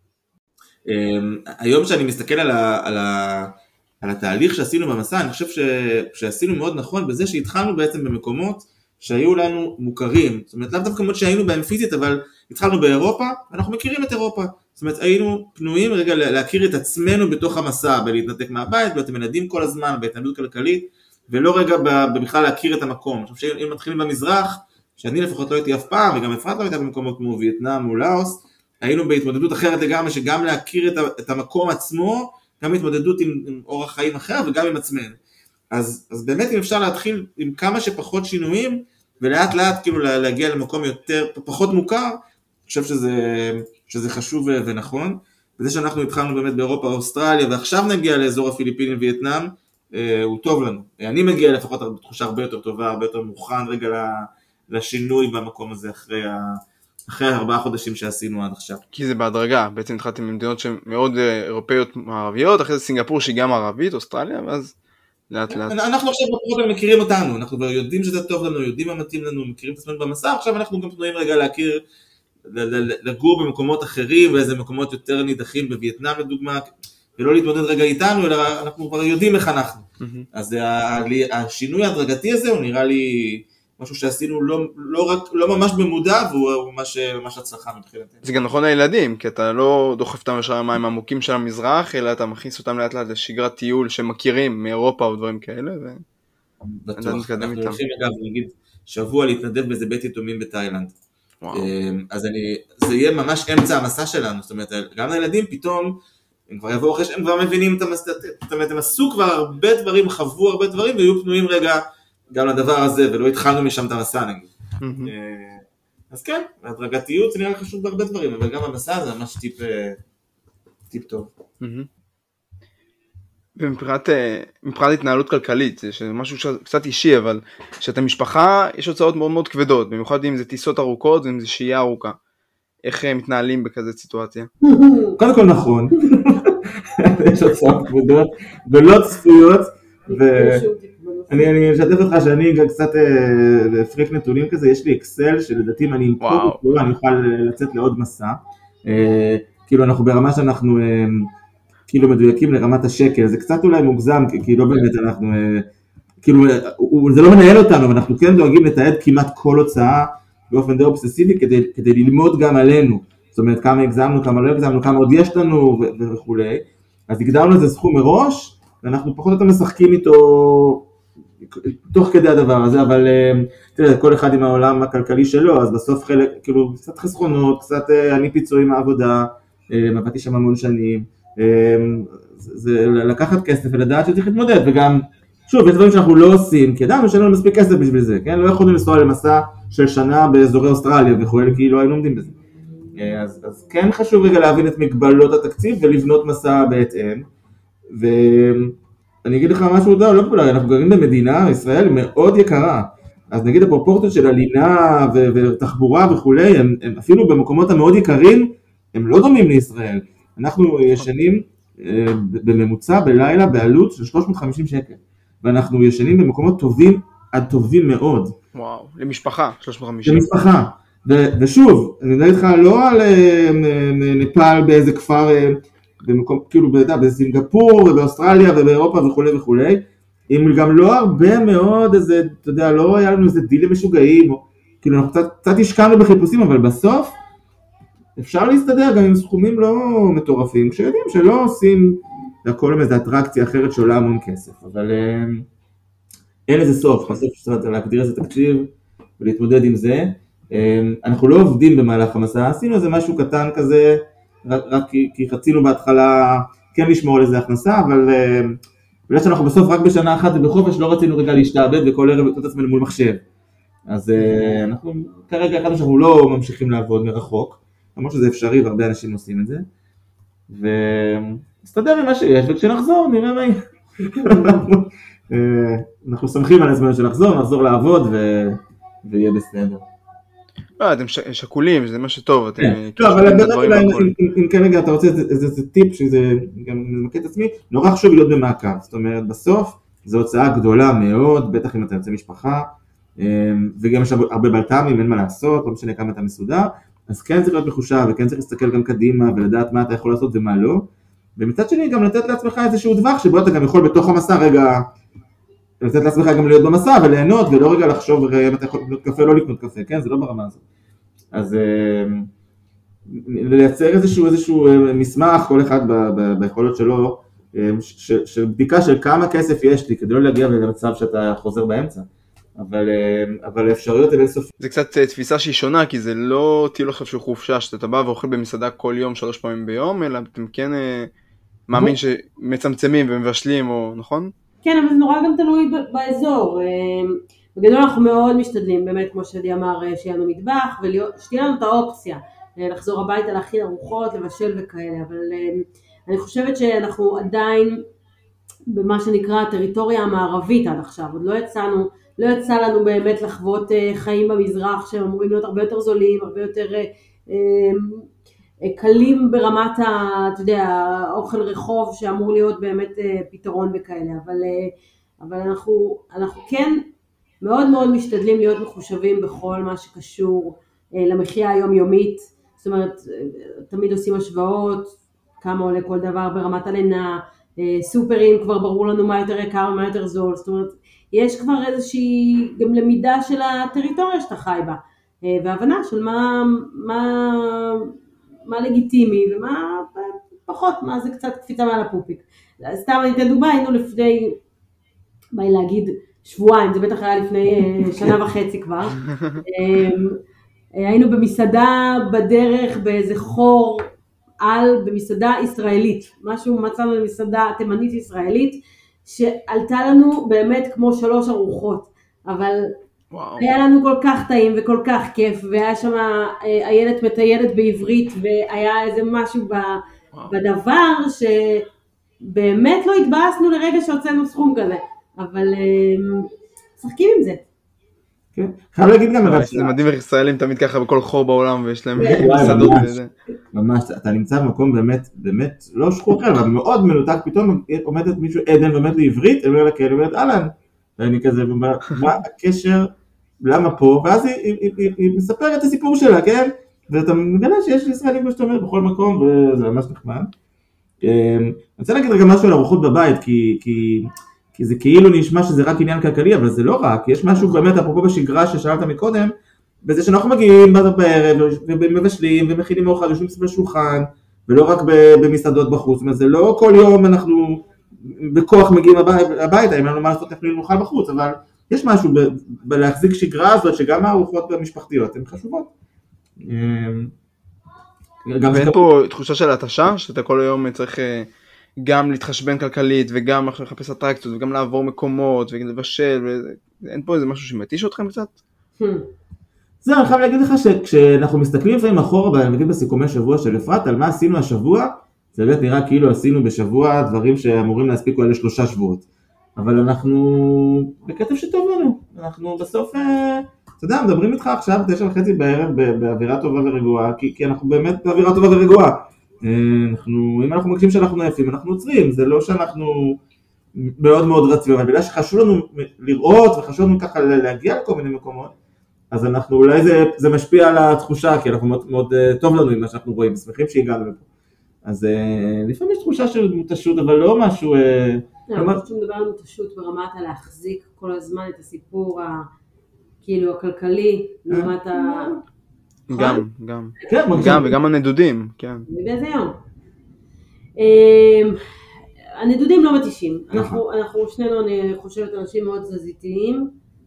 היום שאני מסתכל על, ה, על, ה, על התהליך שעשינו במסע, אני חושב ש, שעשינו מאוד נכון בזה שהתחלנו בעצם במקומות שהיו לנו מוכרים, זאת אומרת, לאו דווקא מקומות שהיינו בהם פיזית, אבל התחלנו באירופה, ואנחנו מכירים את אירופה. זאת אומרת, היינו פנויים רגע להכיר את עצמנו בתוך המסע, בלהתנתק מהבית, ואתם ילדים כל הזמן, בהתנהלות כלכלית, ולא רגע בכלל להכיר את המקום. עכשיו, שאם מתחילים במזרח, שאני לפחות לא הייתי אף פעם, וגם אפרת לא הייתה במקומות כמו וייטנאם או לאוס, היינו בהתמודדות אחרת לגמרי, שגם להכיר את המקום עצמו, גם התמודדות עם, עם אורח חיים אחר, וגם עם עצמנו. אז, אז באמת אם אפשר להתחיל עם כמה שפחות שינויים, ולאט לאט כאילו להגיע למקום יותר, פחות מוכר, אני חושב שזה, שזה חשוב ונכון. וזה שאנחנו התחלנו באמת באירופה, אוסטרליה, ועכשיו נגיע לאזור הפיליפינים וייטנאם, הוא טוב לנו. אני מגיע לפחות בתחושה הרבה יותר טובה, הרבה יותר מוכן רגע לשינוי במקום הזה אחרי, ה... אחרי ארבעה חודשים שעשינו עד עכשיו. כי זה בהדרגה, בעצם התחלתם ממדינות שהן מאוד אירופאיות מערביות, אחרי זה סינגפור שהיא גם ערבית, אוסטרליה, ואז לאט לאט. אנחנו עכשיו בפרוטוקול מכירים אותנו, אנחנו כבר יודעים שזה טוב לנו, יודעים מה מתאים לנו, מכירים את עצמנו במסע, עכשיו אנחנו גם פנויים רגע להכיר, לגור במקומות אחרים, ואיזה מקומות יותר נידחים בווייטנאם לדוגמה, ולא להתמודד רגע איתנו, אלא אנחנו כבר יודעים איך אנחנו. אז השינוי ההדרגתי הזה הוא נראה לי משהו שעשינו לא, לא, רק, לא ממש במודע, והוא ממש, ממש הצלחה מבחינתנו. זה גם נכון לילדים, כי אתה לא דוחף אותם ישר למים עמוקים של המזרח, אלא אתה מכניס אותם לאט לאט לשגרת טיול שמכירים מאירופה או דברים כאלה. ו... בטוח, אנחנו הולכים אגב להגיד שבוע להתנדב באיזה בית יתומים בתאילנד. וואו. אז אני, זה יהיה ממש אמצע המסע שלנו, זאת אומרת, גם לילדים פתאום, הם כבר יבואו אחרי שהם כבר מבינים את המסע, זאת אומרת, הם עשו כבר הרבה דברים, חוו הרבה דברים, והיו פנויים רגע גם לדבר הזה, ולא התחלנו משם את המסע נגיד. אז כן, הדרגתיות זה נראה חשוב בהרבה דברים, אבל גם המסע זה ממש טיפ, טיפ טוב. ומבחינת התנהלות כלכלית, זה משהו קצת אישי, אבל שאתה משפחה, יש הוצאות מאוד מאוד כבדות, במיוחד אם זה טיסות ארוכות, אם זה שהייה ארוכה. איך הם מתנהלים בכזה סיטואציה? קודם כל נכון, יש הוצאות כבדות ולא צפויות, ואני אשתף אותך שאני גם קצת פריק נתונים כזה, יש לי אקסל שלדעתי אם אני אמכור אותו, אני אוכל לצאת לעוד מסע, כאילו אנחנו ברמה שאנחנו כאילו מדויקים לרמת השקל, זה קצת אולי מוגזם, כי לא באמת אנחנו, כאילו זה לא מנהל אותנו, אבל אנחנו כן דואגים לתעד כמעט כל הוצאה, באופן די אובססיבי, כדי, כדי ללמוד גם עלינו, זאת אומרת, כמה הגזמנו, כמה לא הגזמנו, כמה עוד יש לנו וכו'. אז הגדרנו איזה סכום מראש, ואנחנו פחות או יותר משחקים איתו, תוך כדי הדבר הזה, אבל תראה, כל אחד עם העולם הכלכלי שלו, אז בסוף חלק, כאילו, קצת חסכונות, קצת אני פיצויים מהעבודה, עבדתי שם המון שנים, זה לקחת כסף ולדעת שצריך להתמודד, וגם, שוב, יש דברים שאנחנו לא עושים, כי ידענו שאין לנו מספיק כסף בשביל זה, כן? לא יכולנו לנסוע למסע של שנה באזורי אוסטרליה וכו', כי לא היינו עומדים בזה. אז, אז כן חשוב רגע להבין את מגבלות התקציב ולבנות מסע בהתאם. ואני אגיד לך משהו לא, לא פופולרי, אנחנו גרים במדינה, ישראל מאוד יקרה. אז נגיד הפרופורציות של הלינה ו- ותחבורה וכו', הם, הם אפילו במקומות המאוד יקרים, הם לא דומים לישראל. אנחנו ישנים בממוצע בלילה בעלות של שלוש מאות וחמישים שקל. ואנחנו ישנים במקומות טובים עד טובים מאוד. וואו, למשפחה, שלוש מאות וחמישים. למשפחה. ו- ושוב, אני מדבר איתך לא על נפאל באיזה כפר, במקום, כאילו בסינגפור ובאוסטרליה ובאירופה וכו' וכו', עם גם לא הרבה מאוד איזה, אתה יודע, לא היה לנו איזה דילים משוגעים, או, כאילו אנחנו קצת, קצת השקענו בחיפושים, אבל בסוף אפשר להסתדר גם עם סכומים לא מטורפים, כשיודעים שלא עושים הכל עם איזו אטרקציה אחרת שעולה המון כסף, אבל אין איזה סוף, בסוף שצריך להגדיר איזה תקציב ולהתמודד עם זה. אנחנו לא עובדים במהלך המסע, עשינו איזה משהו קטן כזה, רק, רק כי, כי חצינו בהתחלה כן לשמור על איזה הכנסה, אבל בגלל שאנחנו בסוף רק בשנה אחת ובחופש לא רצינו רגע להשתעבד וכל ערב לתת עצמנו מול מחשב. אז אנחנו כרגע החלטנו שאנחנו לא ממשיכים לעבוד מרחוק, למרות שזה אפשרי והרבה אנשים עושים את זה, ונסתדר עם מה שיש, וכשנחזור נראה מה יהיה. אנחנו שמחים על הזמן שנחזור, נחזור לעבוד ויהיה בסדר. לא, אתם שקולים, זה מה שטוב, אתם... לא, אבל אם כרגע אתה רוצה איזה טיפ, שזה גם ממקד את עצמי, נורא חשוב להיות במעקב, זאת אומרת, בסוף זו הוצאה גדולה מאוד, בטח אם אתה יוצא משפחה, וגם יש הרבה בלת"מים, אין מה לעשות, לא משנה כמה אתה מסודר, אז כן צריך להיות מחושב, וכן צריך להסתכל גם קדימה, ולדעת מה אתה יכול לעשות ומה לא, ומצד שני גם לתת לעצמך איזשהו דווח, שבו אתה גם יכול בתוך המסע רגע, לתת לעצמך גם להיות במסע וליהנות, ולא רגע לחשוב אם אתה יכול לקנות קפה, לא לקנות קפה, כן? זה לא ברמה הזאת. אז לייצר איזשהו, איזשהו מסמך, כל אחד ביכולות שלו, של בדיקה של כמה כסף יש לי, כדי לא להגיע למצב שאתה חוזר באמצע. אבל, אבל האפשרויות הן סופיות. זה קצת תפיסה שהיא שונה, כי זה לא טיול עכשיו של חופשה, שאתה בא ואוכל במסעדה כל יום, שלוש פעמים ביום, אלא אתם כן מאמין שמצמצמים ומבשלים, או נכון? כן, אבל זה נורא גם תלוי באזור. בגדול אנחנו מאוד משתדלים, באמת כמו שדי אמר, שיהיה לנו מטבח, ושתהיה לנו את האופציה, לחזור הביתה, להכין ארוחות, לבשל וכאלה, אבל אני חושבת שאנחנו עדיין, במה שנקרא הטריטוריה המערבית עד עכשיו, עוד לא יצאנו, לא יצא לנו באמת לחוות חיים במזרח, שהם אמורים להיות הרבה יותר זולים, הרבה יותר קלים ברמת, אתה יודע, האוכל רחוב, שאמור להיות באמת פתרון וכאלה, אבל, אבל אנחנו, אנחנו כן מאוד מאוד משתדלים להיות מחושבים בכל מה שקשור למחיה היומיומית, זאת אומרת, תמיד עושים השוואות, כמה עולה כל דבר ברמת הלינה, סופרים, כבר ברור לנו מה יותר יקר ומה יותר זול, זאת אומרת, יש כבר איזושהי גם למידה של הטריטוריה שאתה חי בה, והבנה של מה, מה, מה לגיטימי ומה פחות, מה זה קצת קפיצה מעל הפופיק. סתם אני אתן דוגמה, היינו לפני, באי להגיד שבועיים, זה בטח היה לפני שנה וחצי כבר, היינו במסעדה בדרך באיזה חור על, במסעדה ישראלית, משהו מצאנו במסעדה תימנית ישראלית, שעלתה לנו באמת כמו שלוש ארוחות, אבל וואו. היה לנו כל כך טעים וכל כך כיף, והיה שם איילת מטיילת בעברית, והיה איזה משהו וואו. בדבר שבאמת לא התבאסנו לרגע שהוצאנו סכום כזה, אבל משחקים עם זה. כן, חייב להגיד גם זה מדהים איך ישראלים תמיד ככה בכל חור בעולם, ויש להם מסעדות וזה. ממש, אתה נמצא במקום באמת, באמת לא שכוח, אבל מאוד מנותק, פתאום עומדת מישהו עדן ועומד לעברית, אני אומר לה כאלה, אומרת אהלן, ואני כזה, מה הקשר, למה פה, ואז היא מספרת את הסיפור שלה, כן? ואתה מגלה שיש ישראלים כמו שאתה אומר בכל מקום, וזה ממש נחמד. אני רוצה להגיד גם משהו על ארוחות בבית, כי... כי זה כאילו נשמע שזה רק עניין כלכלי, אבל זה לא רק, יש משהו באמת, אפרופו בשגרה ששאלת מקודם, בזה שאנחנו מגיעים בערב, ומבשלים, ומכינים אוכל, יושבים סביב השולחן, ולא רק במסעדות בחוץ, זאת אומרת, זה לא כל יום אנחנו בכוח מגיעים הביתה, אם אין לנו מה לעשות אנחנו נאכל בחוץ, אבל יש משהו בלהחזיק שגרה הזאת, שגם הארוחות המשפחתיות הן חשובות. ואין פה תחושה של התשה, שאתה כל היום צריך... גם להתחשבן כלכלית, וגם לחפש אטרקציות, וגם לעבור מקומות, ולבשל, ואין פה איזה משהו שמתיש אתכם קצת? זהו, אני חייב להגיד לך שכשאנחנו מסתכלים לפעמים אחורה, נגיד בסיכומי שבוע של אפרת, על מה עשינו השבוע, זה באמת נראה כאילו עשינו בשבוע דברים שאמורים להספיק אולי שלושה שבועות. אבל אנחנו בקטב שטוב לנו, אנחנו בסוף, אתה יודע, מדברים איתך עכשיו תשע וחצי בערב באווירה טובה ורגועה, כי, כי אנחנו באמת באווירה טובה ורגועה. אנחנו, אם אנחנו מרגישים שאנחנו נעפים, אנחנו עוצרים, זה לא שאנחנו מאוד מאוד רצים, אבל בגלל שחשוב לנו לראות וחשוב לנו ככה להגיע לכל מיני מקומות, אז אנחנו, אולי זה, זה משפיע על התחושה, כי אנחנו מאוד, מאוד טוב לנו עם מה שאנחנו רואים, שמחים שהגענו לפה. אז לפעמים יש תחושה של מותשות, אבל לא משהו אני חושבת שמדבר על מותשות ברמת הלהחזיק כל הזמן את הסיפור כאילו הכלכלי, לעומת ה... גם, גם. גם, וגם הנדודים, כן. ובאיזה יום. הנדודים לא מתישים. אנחנו שנינו, אני חושבת, אנשים מאוד תזזיתיים,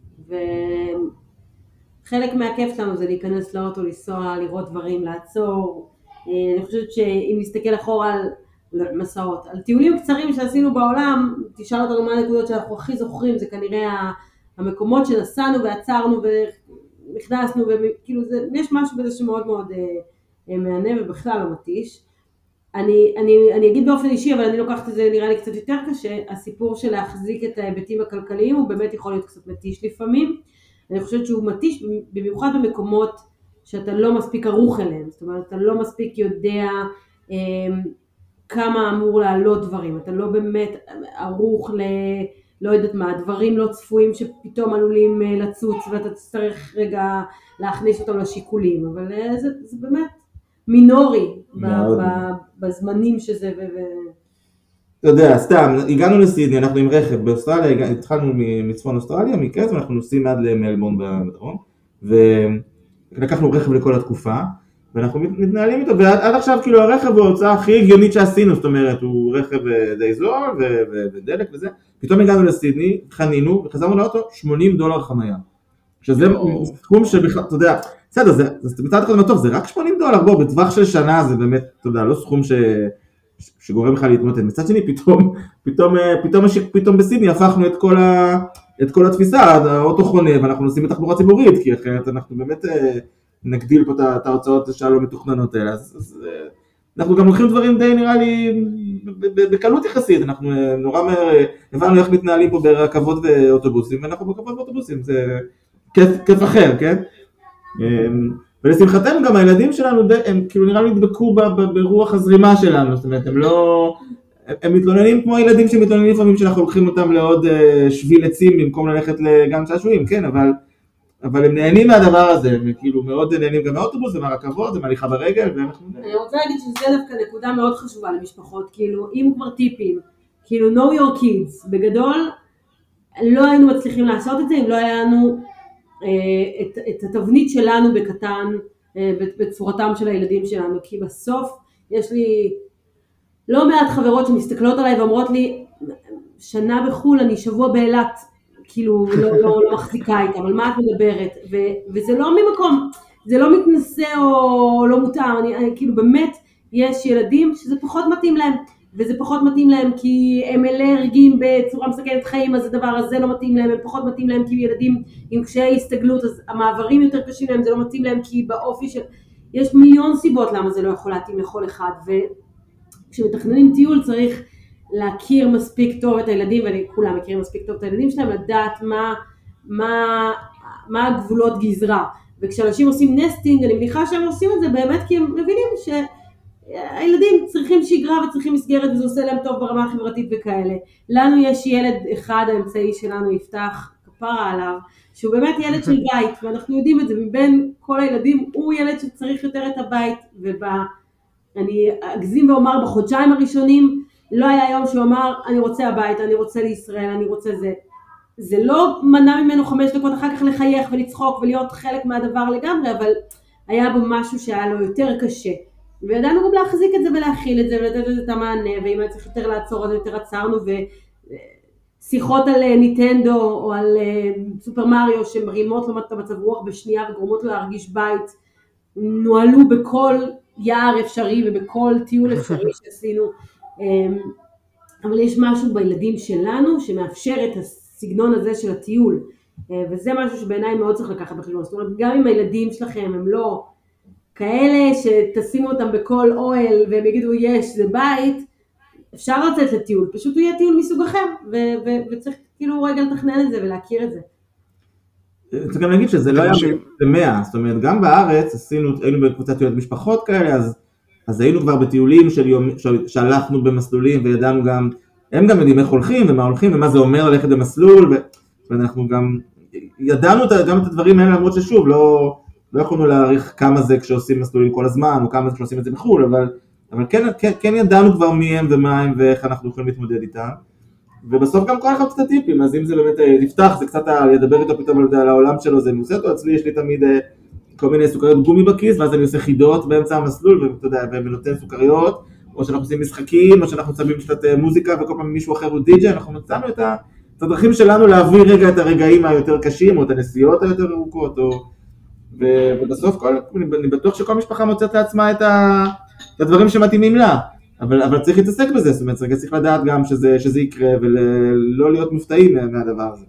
וחלק מהכיף שלנו זה להיכנס לאוטו, לנסוע, לראות דברים, לעצור. אני חושבת שאם נסתכל אחורה על מסעות, על טיולים קצרים שעשינו בעולם, תשאל אותנו מה הנקודות שאנחנו הכי זוכרים, זה כנראה המקומות שנסענו ועצרנו ונכנסנו, וכאילו זה, יש משהו בזה שמאוד מאוד אה, מענה ובכלל לא מתיש. אני, אני, אני אגיד באופן אישי, אבל אני לוקחת את זה נראה לי קצת יותר קשה, הסיפור של להחזיק את ההיבטים הכלכליים הוא באמת יכול להיות קצת מתיש לפעמים. אני חושבת שהוא מתיש במיוחד במקומות שאתה לא מספיק ערוך אליהם, זאת אומרת, אתה לא מספיק יודע אה, כמה אמור לעלות דברים, אתה לא באמת ערוך ל... לא יודעת מה, דברים לא צפויים שפתאום עלולים לצוץ, ואתה תצטרך רגע להכניס אותם לשיקולים, אבל זה, זה באמת מינורי ב, ב, בזמנים שזה. ו... אתה יודע, סתם, הגענו לסידני, אנחנו עם רכב באוסטרליה, התחלנו מצפון אוסטרליה, מקץ, ואנחנו נוסעים עד למלבורן בדרום, ולקחנו רכב לכל התקופה, ואנחנו מתנהלים איתו, ועד עכשיו כאילו הרכב הוא ההוצאה הכי הגיונית שעשינו, זאת אומרת, הוא רכב די זול ודלק וזה, פתאום הגענו לסידני, חנינו, וחזרנו לאוטו שמונים דולר חנייה. שזה סכום שבכלל, אתה יודע, בסדר, זה מצד אחד מטוב, זה רק שמונים דולר, בוא, בטווח של שנה זה באמת, אתה יודע, לא סכום שגורם לך להתמוטט. מצד שני, פתאום, פתאום, פתאום, פתאום בסידני הפכנו את כל ה, את כל התפיסה, האוטו חונה, ואנחנו נוסעים בתחבורה ציבורית, כי אחרת אנחנו באמת נגדיל פה את ההוצאות שלא מתוכננות האלה, אז אנחנו גם לוקחים דברים די נראה לי בקלות יחסית, אנחנו נורא מהר הבנו איך מתנהלים פה ברכבות ואוטובוסים, ואנחנו ברכבות ואוטובוסים, זה כיף, כיף אחר, כן? ולשמחתנו גם הילדים שלנו, הם כאילו נראה לי נדבקו ברוח הזרימה שלנו, זאת אומרת, הם לא, הם מתלוננים כמו הילדים שמתלוננים לפעמים שאנחנו לוקחים אותם לעוד שביל עצים במקום ללכת לגן שעשועים, כן, אבל אבל הם נהנים מהדבר הזה, הם כאילו מאוד נהנים גם מהאוטובוס, ומהרכבות, ומהליכה ברגל, ואנחנו... אני רוצה להגיד שזה דווקא נקודה מאוד חשובה למשפחות, כאילו, אם כבר טיפים, כאילו, know your kids, בגדול, לא היינו מצליחים לעשות את זה, אם לא היה לנו אה, את, את התבנית שלנו בקטן, אה, בצורתם של הילדים שלנו, כי בסוף יש לי לא מעט חברות שמסתכלות עליי ואומרות לי, שנה בחול, אני שבוע באילת, כאילו לא, לא, לא מחזיקה איתם, על מה את מדברת, ו, וזה לא ממקום, זה לא מתנשא או לא מותאם, אני, אני, כאילו באמת יש ילדים שזה פחות מתאים להם, וזה פחות מתאים להם כי הם אלרגיים בצורה מסכנת חיים, אז הדבר הזה לא מתאים להם, הם פחות מתאים להם כי ילדים עם קשיי הסתגלות, אז המעברים יותר קשים להם, זה לא מתאים להם כי באופי של, יש מיליון סיבות למה זה לא יכול להתאים לכל אחד, וכשמתכננים טיול צריך להכיר מספיק טוב את הילדים, וכולם מכירים מספיק טוב את הילדים שלהם, לדעת מה, מה, מה הגבולות גזרה. וכשאנשים עושים נסטינג, אני מניחה שהם עושים את זה באמת כי הם מבינים שהילדים צריכים שגרה וצריכים מסגרת, וזה עושה להם טוב ברמה החברתית וכאלה. לנו יש ילד אחד, האמצעי שלנו יפתח, כפרה עליו, שהוא באמת ילד של בית, ואנחנו יודעים את זה, מבין כל הילדים, הוא ילד שצריך יותר את הבית, ואני אגזים ואומר בחודשיים הראשונים, לא היה יום שהוא אמר, אני רוצה הביתה, אני רוצה לישראל, אני רוצה זה. זה לא מנע ממנו חמש דקות אחר כך לחייך ולצחוק ולהיות חלק מהדבר לגמרי, אבל היה בו משהו שהיה לו יותר קשה. וידענו גם להחזיק את זה ולהכיל את זה ולתת את המענה, ואם היה צריך יותר לעצור, אז יותר עצרנו, ושיחות על ניטנדו או על סופר מריו שמרימות לו את המצב רוח בשנייה וגורמות לו להרגיש בית, נועלו בכל יער אפשרי ובכל טיול אפשרי שעשינו. אבל יש משהו בילדים שלנו שמאפשר את הסגנון הזה של הטיול, וזה משהו שבעיניי מאוד צריך לקחת בחשבון. זאת אומרת, גם אם הילדים שלכם הם לא כאלה שתשימו אותם בכל אוהל והם יגידו יש זה בית, אפשר לצאת לטיול, פשוט הוא יהיה טיול מסוג אחר, ו- ו- וצריך כאילו רגע לתכנן את זה ולהכיר את זה. צריך גם להגיד שזה לא היה במאה, זאת אומרת גם בארץ עשינו, היינו בקבוצת טיולת משפחות כאלה, אז אז היינו כבר בטיולים של יום, שהלכנו במסלולים וידענו גם, הם גם יודעים איך הולכים ומה הולכים ומה זה אומר ללכת במסלול, ו, ואנחנו גם ידענו גם את הדברים האלה, למרות ששוב, לא, לא יכולנו להעריך כמה זה כשעושים מסלולים כל הזמן, או כמה זה כשעושים את זה בחו"ל, אבל, אבל כן, כן, כן ידענו כבר מי הם ומה הם ואיך אנחנו יכולים להתמודד איתם. ובסוף גם כל אחד קצת טיפים, אז אם זה באמת תפתח, זה קצת לדבר איתו פתאום על העולם שלו, זה מוסה אותו, אצלי יש לי תמיד כל מיני סוכריות גומי בכיס, ואז אני עושה חידות באמצע המסלול, ואתה יודע, ונותן סוכריות, או שאנחנו עושים משחקים, או שאנחנו צמים קצת מוזיקה, וכל פעם מישהו אחר הוא די-ג'יי, אנחנו מצאנו את הדרכים שלנו להביא רגע את הרגעים היותר קשים, או את הנסיעות היותר ארוכות, או... ובסוף כל, אני בטוח שכל משפחה מוצאת לעצמה את הדברים שמתאימים לה, אבל, אבל צריך להתעסק בזה, זאת אומרת, צריך לדעת גם שזה, שזה יקרה, ולא להיות מופתעים מהדבר הזה.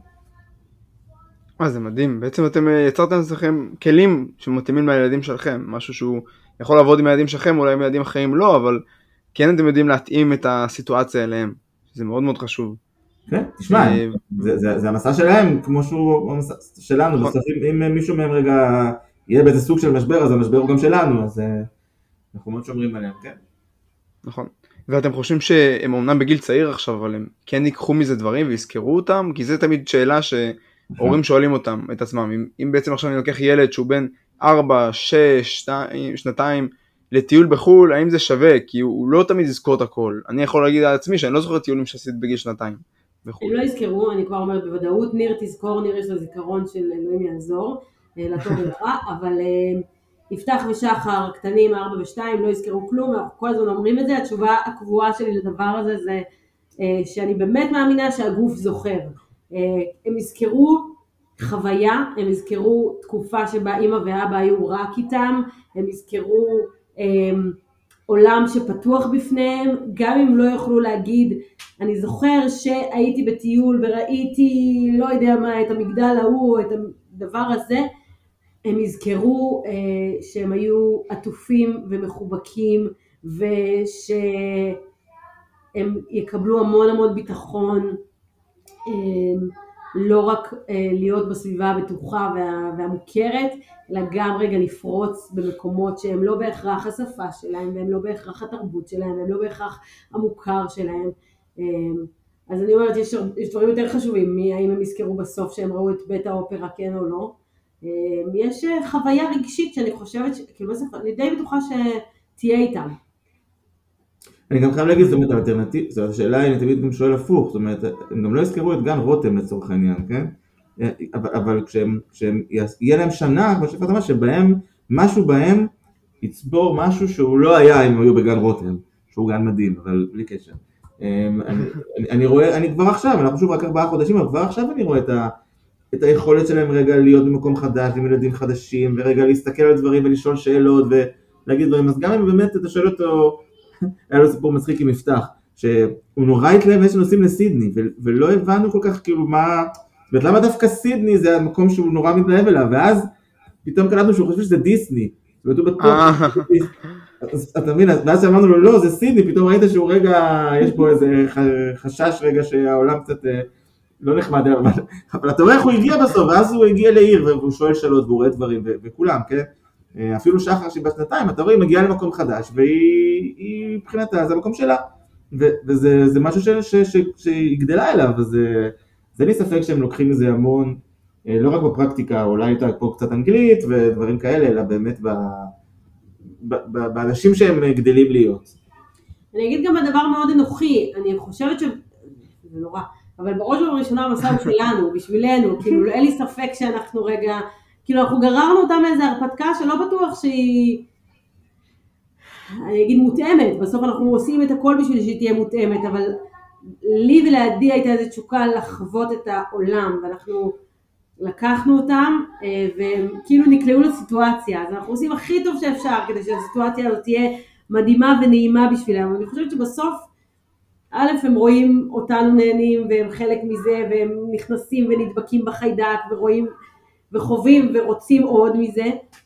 אה, זה מדהים. בעצם אתם יצרתם לכם כלים שמתאימים לילדים שלכם, משהו שהוא יכול לעבוד עם הילדים שלכם, אולי עם ילדים אחרים לא, אבל כן אתם יודעים להתאים את הסיטואציה אליהם, שזה מאוד מאוד חשוב. כן, תשמע, זה, זה, זה המסע שלהם, כמו שהוא המסע שלנו, בסוף אם מישהו מהם רגע יהיה באיזה סוג של משבר, אז המשבר הוא גם שלנו, אז אנחנו מאוד שומרים עליהם, כן. נכון. ואתם חושבים שהם אומנם בגיל צעיר עכשיו, אבל הם כן ייקחו מזה דברים ויזכרו אותם? כי זה תמיד שאלה שהורים שואלים אותם, את עצמם. אם, אם בעצם עכשיו אני לוקח ילד שהוא בן ארבע, שש, שנתיים לטיול בחול, האם זה שווה? כי הוא, הוא לא תמיד יזכור את הכל. אני יכול להגיד על עצמי שאני לא זוכר טיולים שעשית בגיל שנתיים. הם לא יזכרו, אני כבר אומרת בוודאות, ניר תזכור, ניר יש לו זיכרון של אלוהים יעזור, לטוב ולרע, אבל יפתח ושחר, קטנים, ארבע ושתיים, לא יזכרו כלום, אנחנו כל הזמן אומרים את זה, התשובה הקבועה שלי לדבר הזה זה שאני באמת מאמינה שהגוף זוכר. הם יזכרו חוויה, הם יזכרו תקופה שבה אמא ואבא היו רק איתם, הם יזכרו עולם שפתוח בפניהם, גם אם לא יוכלו להגיד, אני זוכר שהייתי בטיול וראיתי, לא יודע מה, את המגדל ההוא, את הדבר הזה, הם יזכרו אה, שהם היו עטופים ומחובקים, ושהם יקבלו המון המון ביטחון, אה, לא רק אה, להיות בסביבה הבטוחה וה, והמוכרת, אלא גם רגע לפרוץ במקומות שהם לא בהכרח השפה שלהם, והם לא בהכרח התרבות שלהם, והם לא בהכרח המוכר שלהם. אז אני אומרת, יש, יש דברים יותר חשובים, מי, האם הם יזכרו בסוף שהם ראו את בית האופרה, כן או לא. יש חוויה רגשית שאני חושבת, כאילו בסוף, אני די בטוחה שתהיה איתם. אני גם חייב להגיד, זאת אומרת, האלטרנטיב, זאת השאלה היא, אני תמיד גם שואל הפוך, זאת אומרת, הם גם לא יזכרו את גן רותם לצורך העניין, כן? אבל, אבל כשהם, כשהם, יהיה להם שנה, כמו שפעת אמרה, שבהם, משהו בהם יצבור משהו שהוא לא היה אם היו בגן רותם, שהוא גן מדהים, אבל בלי קשר. אני, אני, אני רואה, אני כבר עכשיו, אנחנו שוב רק ארבעה חודשים, אבל כבר עכשיו אני רואה את ה... את היכולת שלהם רגע להיות במקום חדש, עם ילדים חדשים, ורגע להסתכל על דברים ולשאול שאלות ולהגיד דברים, אז גם אם באמת אתה שואל אותו, היה לו סיפור מצחיק עם יפתח, שהוא נורא התלהב ויש נוסעים לסידני, ולא הבנו כל כך כאילו מה, זאת למה דווקא סידני זה המקום שהוא נורא מתלהב אליו, ואז פתאום קלטנו שהוא חושב שזה דיסני, זאת אומרת הוא בטוח, אז אתה מבין, ואז שאמרנו לו לא, זה סידני, פתאום ראית שהוא רגע, יש בו איזה חשש רגע שהעולם קצת לא נחמד, אבל אתה רואה איך הוא הגיע בסוף, ואז הוא הגיע לעיר, והוא שואל שאלות, והוא רואה דברים, וכולם, כן? אפילו שחר שהיא בשנתיים, אתה רואה, היא מגיעה למקום חדש, והיא מבחינתה, זה המקום שלה, וזה משהו שהיא גדלה אליו, אז אין לי ספק שהם לוקחים מזה המון, לא רק בפרקטיקה, אולי הייתה פה קצת אנגלית, ודברים כאלה, אלא באמת באנשים שהם גדלים להיות. אני אגיד גם בדבר מאוד אנוכי, אני חושבת ש... זה נורא. אבל בראש ובראשונה המסע הוא שלנו, בשבילנו, כאילו אין לי ספק שאנחנו רגע, כאילו אנחנו גררנו אותם לאיזו הרפתקה שלא בטוח שהיא, אני אגיד מותאמת, בסוף אנחנו עושים את הכל בשביל שהיא תהיה מותאמת, אבל לי ולעדי הייתה איזו תשוקה לחוות את העולם, ואנחנו לקחנו אותם, וכאילו נקלעו לסיטואציה, אז אנחנו עושים הכי טוב שאפשר, כדי שהסיטואציה הזאת תהיה מדהימה ונעימה בשבילם, ואני חושבת שבסוף, א', הם רואים אותנו נהנים והם חלק מזה והם נכנסים ונדבקים בחיידק ורואים וחווים ורוצים עוד מזה,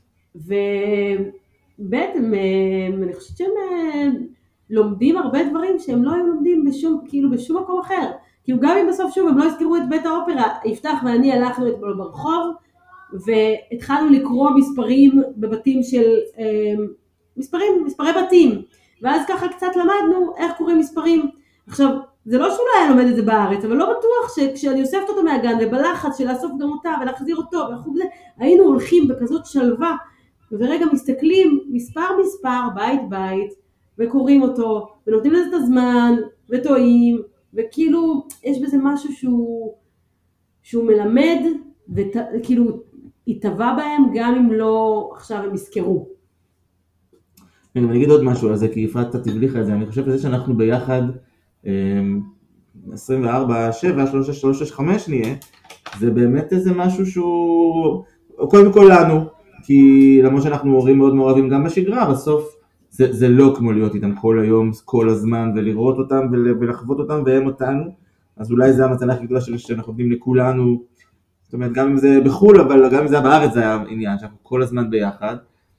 וב' הם, אני חושבת שהם לומדים הרבה דברים שהם לא היו לומדים בשום, כאילו בשום מקום אחר, כאילו גם אם בסוף שוב הם לא הזכירו את בית האופרה, יפתח ואני הלכנו אתמול ברחוב והתחלנו לקרוא מספרים בבתים של, מספרים, מספרי בתים, ואז ככה קצת למדנו איך קוראים מספרים. עכשיו, זה לא שאולי היה לומד את זה בארץ, אבל לא בטוח שכשאני אוספת אותו מהגן ובלחץ של לאסוף גם אותה ולהחזיר אותו, ואנחנו בזה, היינו הולכים בכזאת שלווה, ורגע מסתכלים מספר מספר, בית בית, וקוראים אותו, ונותנים לזה את הזמן, וטועים, וכאילו יש בזה משהו שהוא, שהוא מלמד, וכאילו יתבע בהם גם אם לא עכשיו הם יזכרו. אני אגיד עוד משהו על זה, כי יפעת תבליך את זה, אני חושב שזה שאנחנו ביחד עשרים וארבע שבע, שלוש שש חמש נהיה, זה באמת איזה משהו שהוא, קודם כל לנו, כי למרות שאנחנו הורים מאוד מעורבים גם בשגרה, בסוף זה, זה לא כמו להיות איתם כל היום, כל הזמן, ולראות אותם ולחוות אותם והם אותנו, אז אולי זה המתנה הכי גדולה שאנחנו עובדים לכולנו, זאת אומרת גם אם זה בחול, אבל גם אם זה בארץ זה היה עניין, שאנחנו כל הזמן ביחד,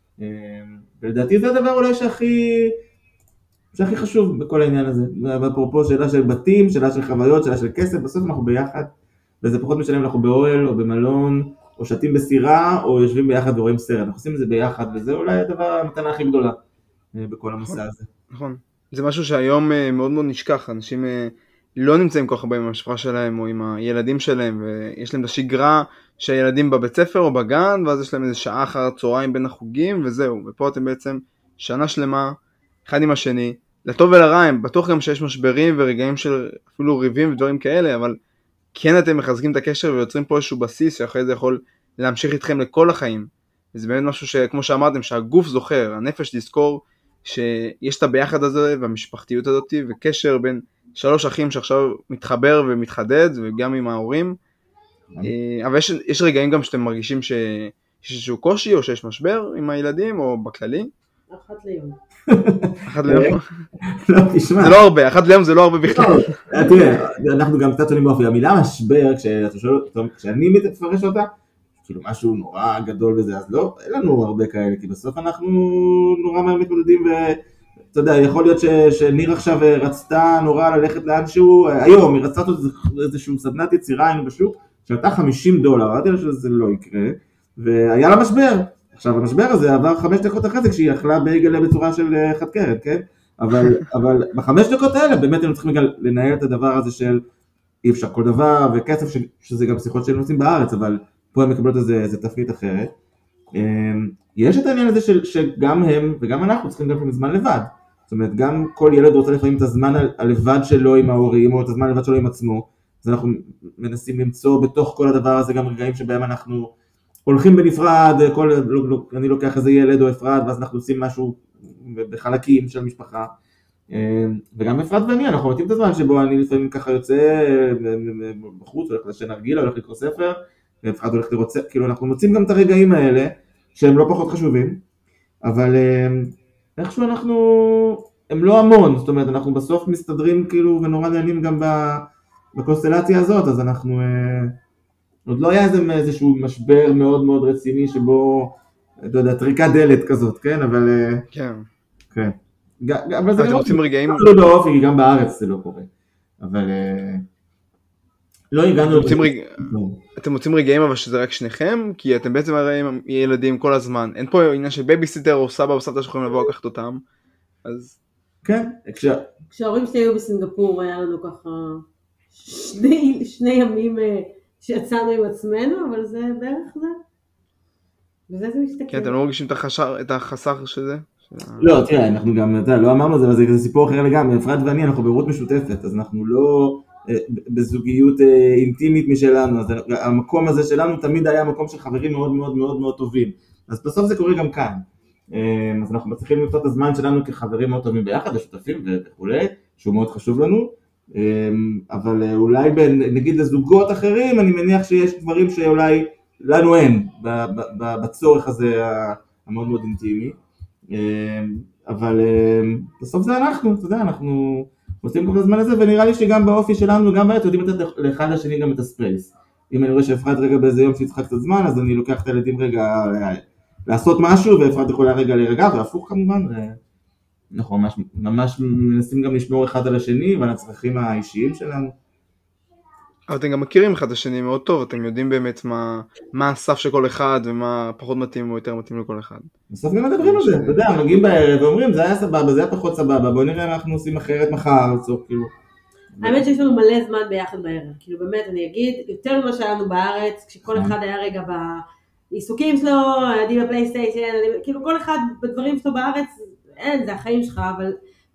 ולדעתי זה הדבר אולי שהכי, שהכי חשוב בכל העניין הזה, אפרופו שאלה של בתים, שאלה של חוויות, שאלה של כסף, בסוף אנחנו ביחד, וזה פחות משנה אם אנחנו באוהל או במלון, או שתים בסירה, או יושבים ביחד ורואים סרט, אנחנו עושים את זה ביחד, וזה אולי הדבר, המתנה הכי גדולה בכל המסע הזה. נכון, זה משהו שהיום מאוד מאוד נשכח, אנשים לא נמצאים כל כך הרבה עם המשפחה שלהם, או עם הילדים שלהם, ויש להם את השגרה שהילדים בבית ספר או בגן, ואז יש להם איזה שעה אחר הצהריים בין החוגים, וזהו, ופה אתם בעצם שנה שלמה, אחד עם השני, לטוב ולרע, בטוח גם שיש משברים ורגעים של אפילו ריבים ודברים כאלה, אבל כן אתם מחזקים את הקשר ויוצרים פה איזשהו בסיס שאחרי זה יכול להמשיך איתכם לכל החיים. וזה באמת משהו שכמו שאמרתם, שהגוף זוכר, הנפש תזכור שיש את הביחד הזה והמשפחתיות הזאת וקשר בין שלוש אחים שעכשיו מתחבר ומתחדד וגם עם ההורים. אבל יש, יש רגעים גם שאתם מרגישים שיש איזשהו קושי או שיש משבר עם הילדים או בכללי? אחת ליום. אחת ליום? לא, תשמע. זה לא הרבה, אחת ליום זה לא הרבה בכלל. תראה, אנחנו גם קצת שונים באופי, המילה משבר, כשאני מפרש אותה, כאילו משהו נורא גדול וזה, אז לא, אין לנו הרבה כאלה, כי בסוף אנחנו נורא מהר מתמודדים, ואתה יודע, יכול להיות שניר עכשיו רצתה נורא ללכת לאנשהו, היום היא רצתה איזשהו סדנת יצירה היינו בשוק, שעלתה חמישים דולר, ראיתי לה שזה לא יקרה, והיה לה משבר. עכשיו המשבר הזה עבר חמש דקות אחרי זה כשהיא אכלה בייגלה בצורה של חד קרת, כן? אבל, אבל בחמש דקות האלה באמת הם צריכים לנהל את הדבר הזה של אי אפשר כל דבר וכסף, ש, שזה גם שיחות שהם נוסעים בארץ, אבל פה הם מקבלות איזה, איזה תפנית אחרת. יש את העניין הזה של, שגם הם וגם אנחנו צריכים גם זמן לבד. זאת אומרת, גם כל ילד רוצה לפעמים את הזמן הלבד שלו עם ההורים, או את הזמן הלבד שלו עם עצמו, אז אנחנו מנסים למצוא בתוך כל הדבר הזה גם רגעים שבהם אנחנו הולכים בנפרד, כל, לא, לא, אני לוקח איזה ילד או אפרד, ואז אנחנו עושים משהו בחלקים של המשפחה, וגם אפרד ואני, אנחנו מתאים את הזמן שבו אני לפעמים ככה יוצא בחוץ, הולך לשן הרגילה, הולך לקרוא ספר, ואפרד הולך לראות, כאילו אנחנו מוצאים גם את הרגעים האלה, שהם לא פחות חשובים, אבל איכשהו אנחנו, הם לא המון, זאת אומרת, אנחנו בסוף מסתדרים כאילו, ונורא נהנים גם בקונסטלציה הזאת, אז אנחנו, עוד לא היה איזה, איזשהו משבר מאוד מאוד רציני, שבו, אתה יודע, טריקה דלת כזאת, כן, אבל, כן. כן. אבל זה אתם רוצים רגעים? לא באופי, כי גם בארץ זה לא קורה, אבל לא הגענו... אתם רוצים רגעים אבל שזה רק שניכם? כי אתם בעצם הרי עם ילדים כל הזמן, אין פה עניין של בייביסיטר או סבא או סבתא שיכולים לבוא לקחת אותם, אז... כן, כשההורים שלי היו בסינגפור היה לנו ככה שני ימים שיצאנו עם עצמנו, אבל זה בערך זה. וזה זה מסתכל. כן, אתם לא מרגישים את החסך של זה? לא, תראה, אנחנו גם, אתה לא אמרנו זה, אבל זה סיפור אחר לגמרי, אפרת ואני, אנחנו בהורות משותפת, אז אנחנו לא בזוגיות אינטימית משלנו, אז המקום הזה שלנו תמיד היה מקום של חברים מאוד מאוד מאוד מאוד טובים, אז בסוף זה קורה גם כאן, אז אנחנו מצליחים למצוא את הזמן שלנו כחברים מאוד טובים ביחד, השותפים וכולי, שהוא מאוד חשוב לנו, אבל אולי נגיד לזוגות אחרים, אני מניח שיש דברים שאולי לנו אין, בצורך הזה המאוד מאוד אינטימי, אבל בסוף זה אנחנו, אתה יודע, אנחנו עושים כל הזמן הזה, ונראה לי שגם באופי שלנו וגם בעת יודעים לתת לאחד לשני גם את הספייס. אם אני רואה שאפרת רגע באיזה יום שהצחק קצת זמן, אז אני לוקח את הילדים רגע לעשות משהו, ואפרת יכולה רגע להירגע, והפוך כמובן, אנחנו ממש, ממש מנסים גם לשמור אחד על השני ועל הצרכים האישיים שלנו. אבל אתם גם מכירים אחד השני מאוד טוב, אתם יודעים באמת מה, מה הסף של כל אחד ומה פחות מתאים או יותר מתאים לכל אחד. בסוף גם מדברים על זה, אתה יודע, מגיעים בערב ואומרים זה היה סבבה, זה היה פחות סבבה, בוא נראה מה אנחנו עושים אחרת מחר, סוף כאילו. האמת שיש לנו מלא זמן ביחד בערב, כאילו באמת אני אגיד, יותר ממה שהיה לנו בארץ, כשכל אחד היה רגע בעיסוקים שלו, ילדים בפלייסטיישן, כאילו כל אחד בדברים שלו בארץ, אין, זה החיים שלך, אבל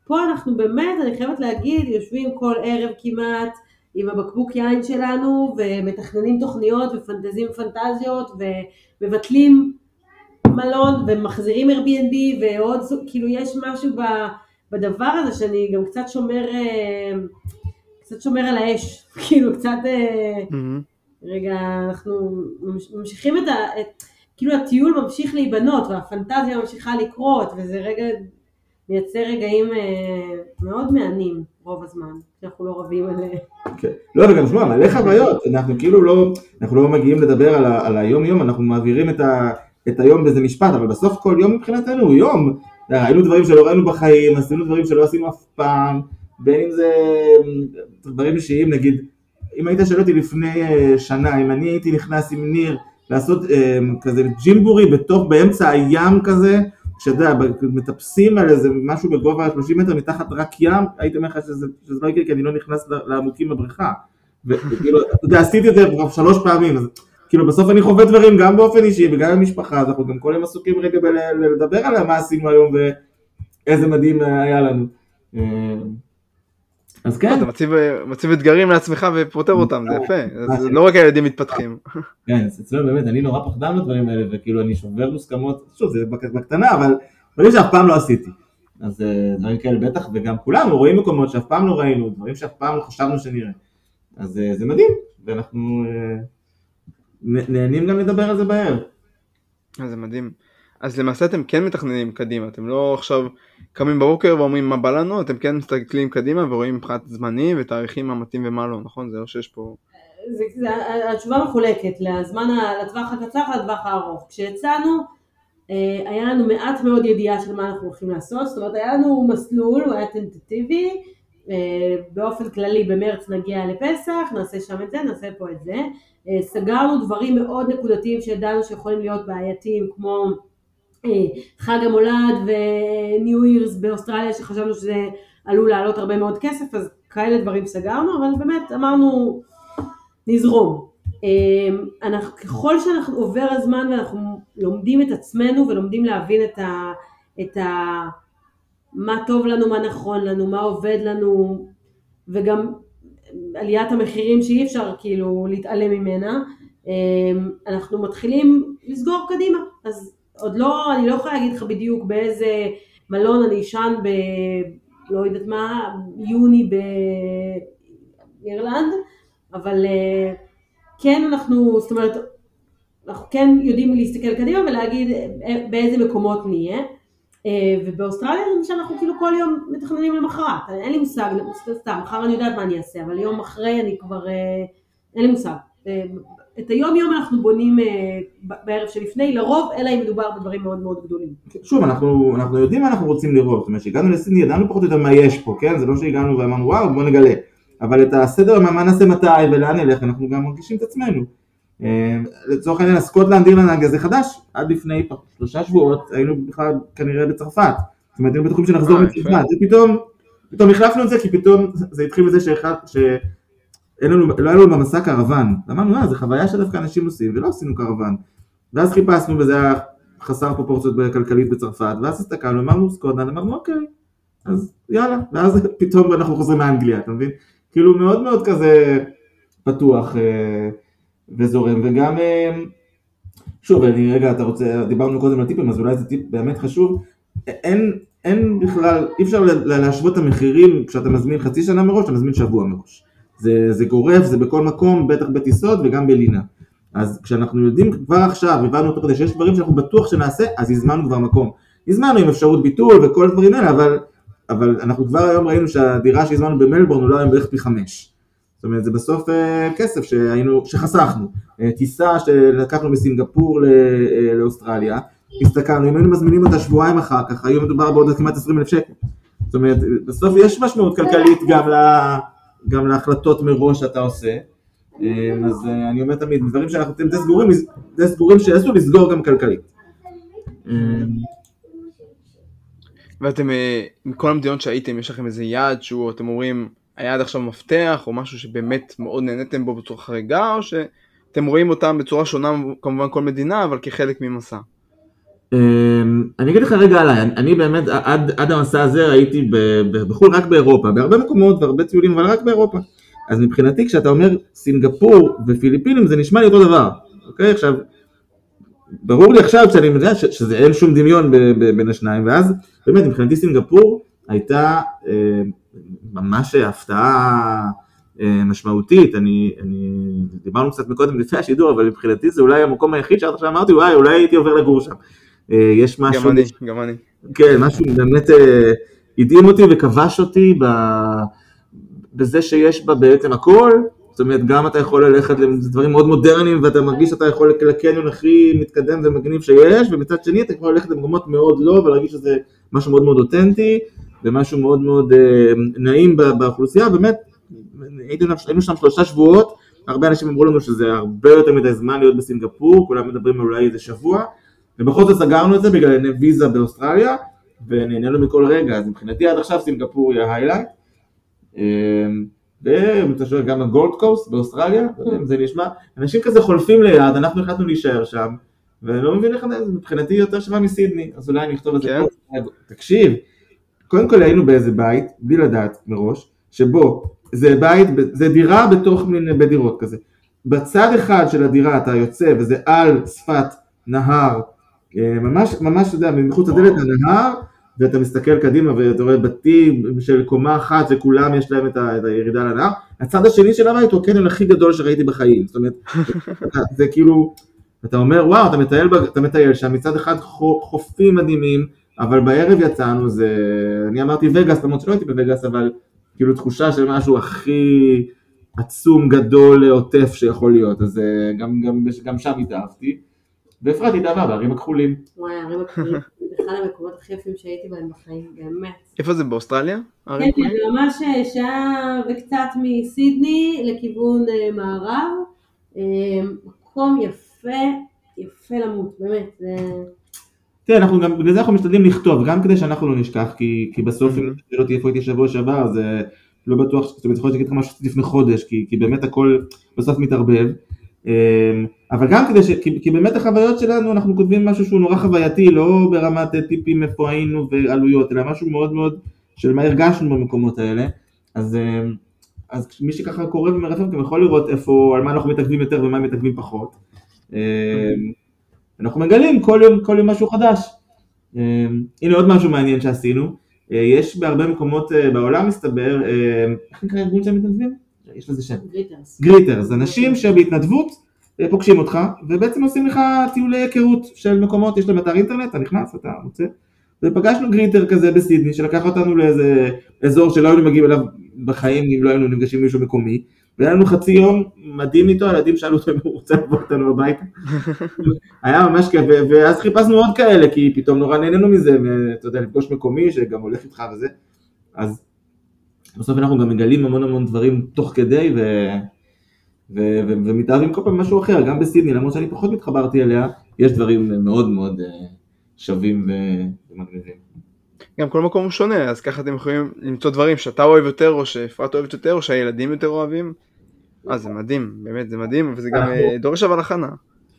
פה אנחנו באמת, אני חייבת להגיד, יושבים כל ערב כמעט עם הבקבוק יין שלנו, ומתכננים תוכניות ופנטזים פנטזיות, ומבטלים מלון, ומחזירים Airbnb, ועוד, כאילו יש משהו בדבר הזה, שאני גם קצת שומר, קצת שומר על האש, כאילו קצת, רגע, אנחנו ממשיכים את ה... כאילו הטיול ממשיך להיבנות, והפנטזיה ממשיכה לקרות, וזה רגע... מייצר רגעים מאוד מעניינים רוב הזמן, שאנחנו לא רבים עליהם. לא, וגם שמוע, מלא חוויות, אנחנו כאילו לא, אנחנו לא מגיעים לדבר על היום יום, אנחנו מעבירים את היום באיזה משפט, אבל בסוף כל יום מבחינתנו הוא יום. ראינו דברים שלא ראינו בחיים, עשינו דברים שלא עשינו אף פעם, בין אם זה דברים אישיים, נגיד, אם היית שואל אותי לפני שנה, אם אני הייתי נכנס עם ניר, לעשות כזה ג'ימבורי בתוך, באמצע הים כזה, כשאתה יודע, מטפסים על איזה משהו בגובה שלושים מטר מתחת רק ים, הייתי אומר לך שזה, שזה לא יקרה, כי אני לא נכנס לעמוקים בבריכה. וכאילו, אתה יודע, עשיתי את זה כבר שלוש פעמים, אז כאילו בסוף אני חווה דברים גם באופן אישי וגם במשפחה, אז אנחנו גם כל יום עסוקים רגע לדבר עליה מה עשינו היום ואיזה מדהים היה לנו. אז כן. אתה מציב, מציב אתגרים לעצמך ופותר אותם, זה יפה, זה לא רק הילדים מתפתחים. כן, אצלנו באמת, אני נורא פחדן לדברים האלה, וכאילו אני שובר מוסכמות, שוב, זה בקטנה, אבל דברים שאף פעם לא עשיתי. אז דברים כאלה בטח, וגם כולנו רואים מקומות שאף פעם לא ראינו, דברים שאף פעם לא חשבנו שנראה. אז זה מדהים, ואנחנו נהנים גם לדבר על זה בערב. זה מדהים. אז למעשה אתם כן מתכננים קדימה, אתם לא עכשיו קמים בבוקר ואומרים מה בא לנו, אתם כן מסתכלים קדימה ורואים מבחינת זמנים ותאריכים מה מתאים ומה לא, נכון? זה לא שיש פה... זה, זה, התשובה מחולקת לזמן, לטווח הקצר ולטווח הארוך. כשיצאנו, היה לנו מעט מאוד ידיעה של מה אנחנו הולכים לעשות, זאת אומרת, היה לנו מסלול, הוא היה טנטטיבי, באופן כללי במרץ נגיע לפסח, נעשה שם את זה, נעשה פה את זה. סגרנו דברים מאוד נקודתיים שידענו שיכולים להיות בעייתיים, כמו חג המולד וניו אירס באוסטרליה, שחשבנו שזה עלול לעלות הרבה מאוד כסף, אז כאלה דברים סגרנו, אבל באמת אמרנו נזרום. אנחנו, ככל שאנחנו עובר הזמן ואנחנו לומדים את עצמנו ולומדים להבין את ה, את ה, מה טוב לנו, מה נכון לנו, מה עובד לנו, וגם עליית המחירים שאי אפשר כאילו להתעלם ממנה, אנחנו מתחילים לסגור קדימה. אז עוד לא, אני לא יכולה להגיד לך בדיוק באיזה מלון אני אשן ב, לא יודעת מה, יוני באירלנד, אבל כן אנחנו, זאת אומרת, אנחנו כן יודעים להסתכל קדימה ולהגיד באיזה מקומות נהיה, ובאוסטרליה למשל אנחנו כאילו כל יום מתכננים למחרת, אין לי מושג, סתם, מחר אני יודעת מה אני אעשה, אבל יום אחרי אני כבר, אין לי מושג. את היום יום אנחנו בונים בערב שלפני, לרוב, אלא אם מדובר בדברים מאוד מאוד גדולים. שוב, אנחנו, אנחנו יודעים מה אנחנו רוצים לראות, זאת אומרת שהגענו לסידני, ידענו פחות או יותר מה יש פה, כן? זה לא שהגענו ואמרנו וואו, בוא נגלה. אבל את הסדר, מה, מה נעשה מתי ולאן נלך, אנחנו גם מרגישים את עצמנו. לצורך העניין, סקוטלנד, אירלנד, זה חדש, עד לפני שלושה שבועות, היינו בכלל כנראה בצרפת. זאת אומרת, היינו בטוחים שנחזור מצרפת. ופתאום, פתאום החלפנו את זה, כי פתאום זה התחיל מזה שאחד, אין לנו, לא היה לנו במסע קרוון, אמרנו, אה, זה חוויה שדווקא אנשים עושים, ולא עשינו קרוון. ואז חיפשנו, וזה היה חסר פרופורציות כלכלית בצרפת, ואז הסתכלנו, אמרנו סקוטלנד, אמרנו, אוקיי, אז יאללה, ואז פתאום אנחנו חוזרים מאנגליה, אתה מבין? כאילו מאוד מאוד כזה פתוח וזורם, וגם, שוב, אני רגע, אתה רוצה, דיברנו קודם על טיפים, אז אולי זה טיפ באמת חשוב, אין, אין בכלל, אי אפשר להשוות את המחירים כשאתה מזמין חצי שנה מראש, אתה מזמין שבוע מראש. זה, זה גורף, זה בכל מקום, בטח בטיסות וגם בלינה. אז כשאנחנו יודעים כבר עכשיו, הבנו אותו כדי שיש דברים שאנחנו בטוח שנעשה, אז הזמנו כבר מקום. הזמנו עם אפשרות ביטול וכל הדברים האלה, אבל, אבל אנחנו כבר היום ראינו שהדירה שהזמנו במלבורן הוא לא היום בערך פי חמש. זאת אומרת, זה בסוף אה, כסף שהיינו, שחסכנו. אה, טיסה שלקחנו מסינגפור לא, לאוסטרליה, הסתכלנו, אם היינו מזמינים אותה שבועיים אחר כך, היום מדובר בעוד כמעט עשרים אלף שקל. זאת אומרת, בסוף יש משמעות כלכלית גם ל... גם להחלטות מראש שאתה עושה, אז אני אומר תמיד, דברים שאנחנו אתם די סגורים, די סגורים שיעשו לסגור גם כלכלית. ואתם, מכל המדינות שהייתם, יש לכם איזה יעד שהוא, אתם אומרים, היעד עכשיו מפתח, או משהו שבאמת מאוד נהניתם בו בצורה חריגה, או שאתם רואים אותם בצורה שונה, כמובן כל מדינה, אבל כחלק ממסע? אני אגיד לך רגע עליי, אני באמת עד המסע הזה הייתי בחו"ל רק באירופה, בהרבה מקומות והרבה טיולים, אבל רק באירופה. אז מבחינתי כשאתה אומר סינגפור ופיליפינים זה נשמע לי אותו דבר, אוקיי? עכשיו, ברור לי עכשיו שאני יודע שזה אין שום דמיון בין השניים, ואז באמת מבחינתי סינגפור הייתה ממש הפתעה משמעותית. אני, אני דיברנו קצת מקודם לפני השידור, אבל מבחינתי זה אולי המקום היחיד שעד עכשיו אמרתי, וואי, אולי הייתי עובר לגור שם. יש משהו... גם אני, גם אני. כן, משהו באמת הדהים אותי וכבש אותי בזה שיש בה בעצם הכל. זאת אומרת, גם אתה יכול ללכת לדברים מאוד מודרניים, ואתה מרגיש שאתה יכול לקניון הכי מתקדם ומגניב שיש, ומצד שני אתה יכול ללכת למקומות מאוד לא, ולהרגיש שזה משהו מאוד מאוד אותנטי, ומשהו מאוד מאוד נעים באוכלוסייה. באמת, היינו שם שלושה שבועות, הרבה אנשים אמרו לנו שזה הרבה יותר מדי זמן להיות בסינגפור, כולם מדברים אולי איזה שבוע, ובכל זאת סגרנו את זה בגלל ויזה באוסטרליה, ונהנינו מכל רגע. אז מבחינתי עד עכשיו סינגפור היא ההיילייט, ומתשאר גם הגולד קוסט באוסטרליה, זה נשמע, אנשים כזה חולפים ליד, אנחנו החלטנו להישאר שם, ואני לא מבין איך זה, מבחינתי יותר שווה מסידני, אז אולי אני אכתוב את זה. תקשיב, קודם כל היינו באיזה בית, בלי לדעת מראש, שבו זה בית, זה דירה בתוך מין בדירות כזה. בצד אחד של הדירה אתה יוצא, וזה על שפת נהר, ממש, ממש, אתה יודע, מחוץ לדלת הנהר, ואתה מסתכל קדימה ואתה רואה בתים של קומה אחת שכולם יש להם את הירידה לנהר. הצד השני של הבית הוא הקניון הכי גדול שראיתי בחיים. זאת אומרת, זה כאילו, אתה אומר, וואו, אתה מטייל, אתה מטייל שם, מצד אחד חופים מדהימים, אבל בערב יצאנו, זה, אני אמרתי וגאס, למרות שלא הייתי בווגאס, אבל כאילו תחושה של משהו הכי עצום, גדול, עוטף שיכול להיות. אז גם, גם, גם שם התאהבתי. ואפרת התאהבה בערים הכחולים. וואי, הערים הכחולים, זה אחד המקומות הכי יפים שהייתי בהם בחיים, באמת. איפה זה, באוסטרליה? כן, זה ממש שעה וקצת מסידני לכיוון מערב, מקום יפה, יפה למות, באמת. תראה, אנחנו גם, בגלל זה אנחנו משתדלים לכתוב, גם כדי שאנחנו לא נשכח, כי, כי בסוף אם לא תהיה איפה הייתי שבוע שעבר, אז לא בטוח, זאת אומרת, יכול להיות שגיד לך משהו לפני חודש, כי, כי באמת הכל בסוף מתערבב. אבל גם כדי ש... כי, כי באמת החוויות שלנו, אנחנו כותבים משהו שהוא נורא חווייתי, לא ברמת טיפים איפה היינו ועלויות, אלא משהו מאוד מאוד של מה הרגשנו במקומות האלה. אז, אז מי שככה קורא ומרפם, גם יכול לראות איפה, על מה אנחנו מתעכבים יותר ומה מתעכבים פחות. אנחנו מגלים כל יום, כל יום משהו חדש. הנה עוד משהו מעניין שעשינו. יש בהרבה מקומות בעולם מסתבר, איך נקרא ארגון שהם מתנדבים? יש לזה שם. גריטרס. גריטרס, אנשים שבהתנדבות פוגשים אותך, ובעצם עושים לך טיולי היכרות של מקומות, יש להם אתר אינטרנט, אתה נכנס, אתה מוצא, ופגשנו גריטר כזה בסידני, שלקח אותנו לאיזה אזור שלא היינו מגיעים אליו בחיים, אם לא היינו נפגשים מישהו מקומי, והיה לנו חצי יום מדהים איתו, הילדים שאלו אותו אם הוא רוצה לבוא אותנו הביתה, היה ממש כיף, ואז חיפשנו עוד כאלה, כי פתאום נורא נהנינו מזה, ואתה יודע, לפגוש מקומי שגם הולך איתך וזה, אז בסוף אנחנו גם מגלים המון המון דברים תוך כדי, ו... ו- ו- ומתאהבים כל פעם משהו אחר, גם בסידני, למרות שאני פחות מתחברתי אליה, יש דברים מאוד מאוד שווים ומגניבים. גם כל מקום הוא שונה, אז ככה אתם יכולים למצוא דברים שאתה אוהב יותר, או שאפרת אוהבת יותר, או שהילדים יותר אוהבים. אה, זה מדהים, באמת, זה מדהים, וזה גם דורש אבל הכנה.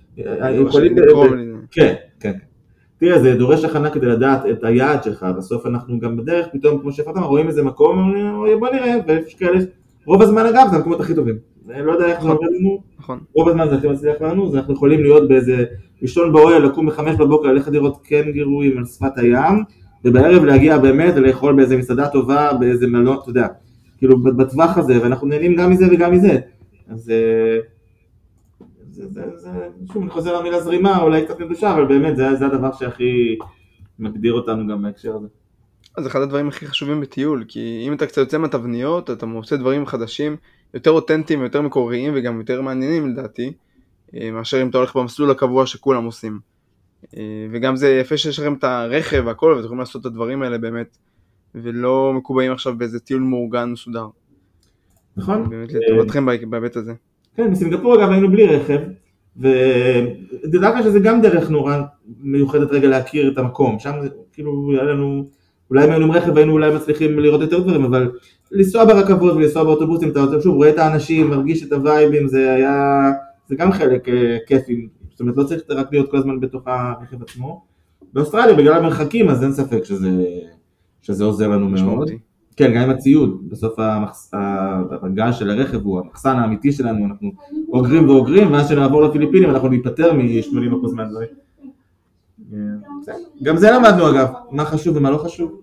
כן, כן. תראה, זה דורש הכנה כדי לדעת את היעד שלך, בסוף אנחנו גם בדרך, פתאום, כמו שאפרת אמר, רואים איזה מקום, בוא נראה, ויש כאלה, רוב הזמן אגב, זה המקומות הכי טובים. אני לא יודע איך זה עובד לנו, רוב הזמן זה הכי מצליח לנו, אז אנחנו יכולים להיות באיזה לישון באוהל, לקום בחמש בבוקר, ללכת לראות קנגורים על שפת הים, ובערב להגיע באמת לאכול באיזה מסעדה טובה, באיזה מלון, אתה יודע, כאילו בטווח הזה, ואנחנו נהנים גם מזה וגם מזה. אז זה, זה, זה, שוב, אני חוזר למילה זרימה, אולי קצת מדושה, אבל באמת זה, זה הדבר שהכי מגדיר אותנו גם בהקשר הזה. אז אחד הדברים הכי חשובים בטיול, כי אם אתה קצת יוצא מהתבניות, אתה מוצא דברים חדשים, יותר אותנטיים, יותר מקוריים וגם יותר מעניינים לדעתי, מאשר אם אתה הולך במסלול הקבוע שכולם עושים. וגם זה יפה שיש לכם את הרכב והכל, ואתם יכולים לעשות את הדברים האלה באמת, ולא מקובעים עכשיו באיזה טיול מאורגן מסודר. נכון. באמת לטובתכם בהיבט הזה. כן, בסינגפור אגב היינו בלי רכב, ודווקא שזה גם דרך נורא מיוחדת רגע להכיר את המקום, שם זה כאילו היה לנו, אולי אם היינו עם רכב היינו אולי מצליחים לראות יותר דברים, אבל לנסוע ברכבות ולנסוע באוטובוסים, אתה שוב רואה את האנשים, מרגיש את הווייבים, זה היה, זה גם חלק כיפי, זאת אומרת לא צריך רק להיות כל הזמן בתוך הרכב עצמו, באוסטרליה, בגלל המרחקים, אז אין ספק שזה, שזה עוזר לנו מאוד. כן, גם עם הציוד, בסוף המחס... הגל של הרכב הוא המחסן האמיתי שלנו, אנחנו אוגרים ואוגרים, ואז שנעבור לפיליפינים אנחנו ניפטר מ-שמונים אחוז מהדברים. גם זה למדנו אגב, מה חשוב ומה לא חשוב.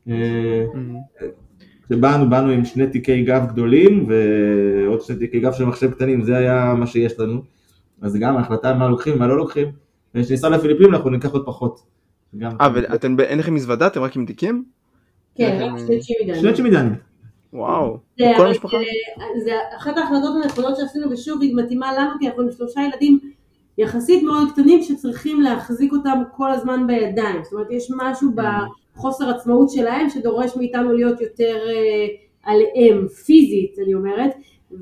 כשבאנו, באנו עם שני תיקי גב גדולים, ועוד שני תיקי גב של מחשב קטנים, זה היה מה שיש לנו. אז גם ההחלטה מה לוקחים ומה לא לוקחים, וכשניסע לפיליפינים אנחנו ניקח עוד פחות. אה, ואתם אין לכם מזוודה? אתם רק עם תיקים? כן, רק שני צ'ימידנים. שני צ'ימידנים. וואו, כל המשפחה? זה אחת ההחלטות הנכונות שעשינו, ושוב היא מתאימה לנו, כי אנחנו עם שלושה ילדים יחסית מאוד קטנים, שצריכים להחזיק אותם כל הזמן בידיים. זאת אומרת, יש משהו בחוסר עצמאות שלהם, שדורש מאיתנו להיות יותר עליהם, פיזית, אני אומרת,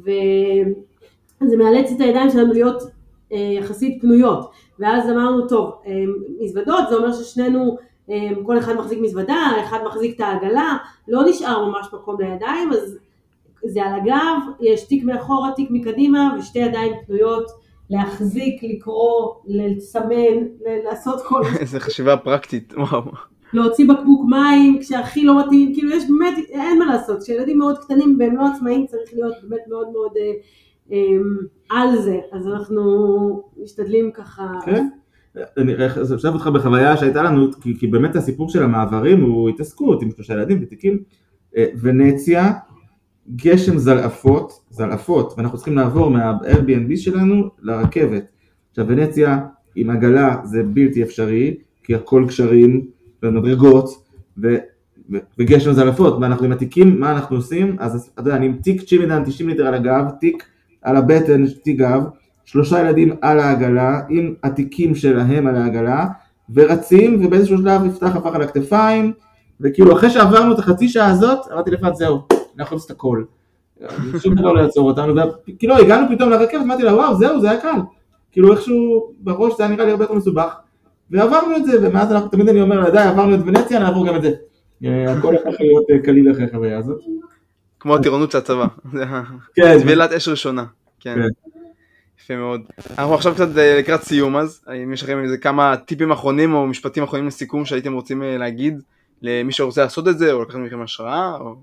וזה מאלץ את הידיים שלנו להיות יחסית פנויות. ואז אמרנו, טוב, מזוודות, זה אומר ששנינו, כל אחד מחזיק מזוודה, אחד מחזיק את העגלה, לא נשאר ממש מקום לידיים, אז זה על הגב, יש תיק מאחורה, תיק מקדימה, ושתי ידיים פנויות, להחזיק, לקרוא, לסמן, לעשות כל... איזה חשיבה פרקטית, וואו. להוציא בקבוק מים, כשהכי לא מתאים, כאילו יש באמת, אין מה לעשות, כשילדים מאוד קטנים והם לא עצמאים, צריך להיות באמת מאוד מאוד אה, אה, על זה, אז אנחנו משתדלים ככה... כן, אני חושב אותך בחוויה שהייתה לנו, כי, כי באמת הסיפור של המעברים הוא התעסקות עם שלושה ילדים ותיקים, ונציה, גשם זלעפות, זלעפות, ואנחנו צריכים לעבור מה-Airbnb שלנו לרכבת. עכשיו, ונציה עם עגלה זה בלתי אפשרי, כי הכל קשרים ומדרגות, ו, ו, וגשם זלעפות, ואנחנו עם התיקים, מה אנחנו עושים? אז אתה יודע, אני עם תיק צ'ימידן תשעים ליטר על הגב, תיק על הבטן, תיק גב, שלושה ילדים על העגלה, עם התיקים שלהם על העגלה, ורצים, ובאיזשהו שלב יפתח הפך על הכתפיים, וכאילו אחרי שעברנו את החצי שעה הזאת, אמרתי לפעד זהו, אנחנו יכולים לעשות הכל. שום דבר לא יעצור אותנו, וכאילו הגענו פתאום לרכבת, אמרתי לה וואו זהו, זה היה קל. כאילו איכשהו בראש זה היה נראה לי הרבה יותר מסובך, ועברנו את זה, ומאז אנחנו תמיד אני אומר לה, די, עברנו את ונציה, נעבור גם את זה. הכל יכול להיות קליל אחרי החוויה הזאת. כמו הטירונות של הצבא, טבילת אש ראשונה. כן. יפה מאוד. אנחנו עכשיו קצת לקראת סיום אז, אם יש לכם איזה כמה טיפים אחרונים או משפטים אחרונים לסיכום שהייתם רוצים להגיד למי שרוצה לעשות את זה, או לקחת מכם השראה, או...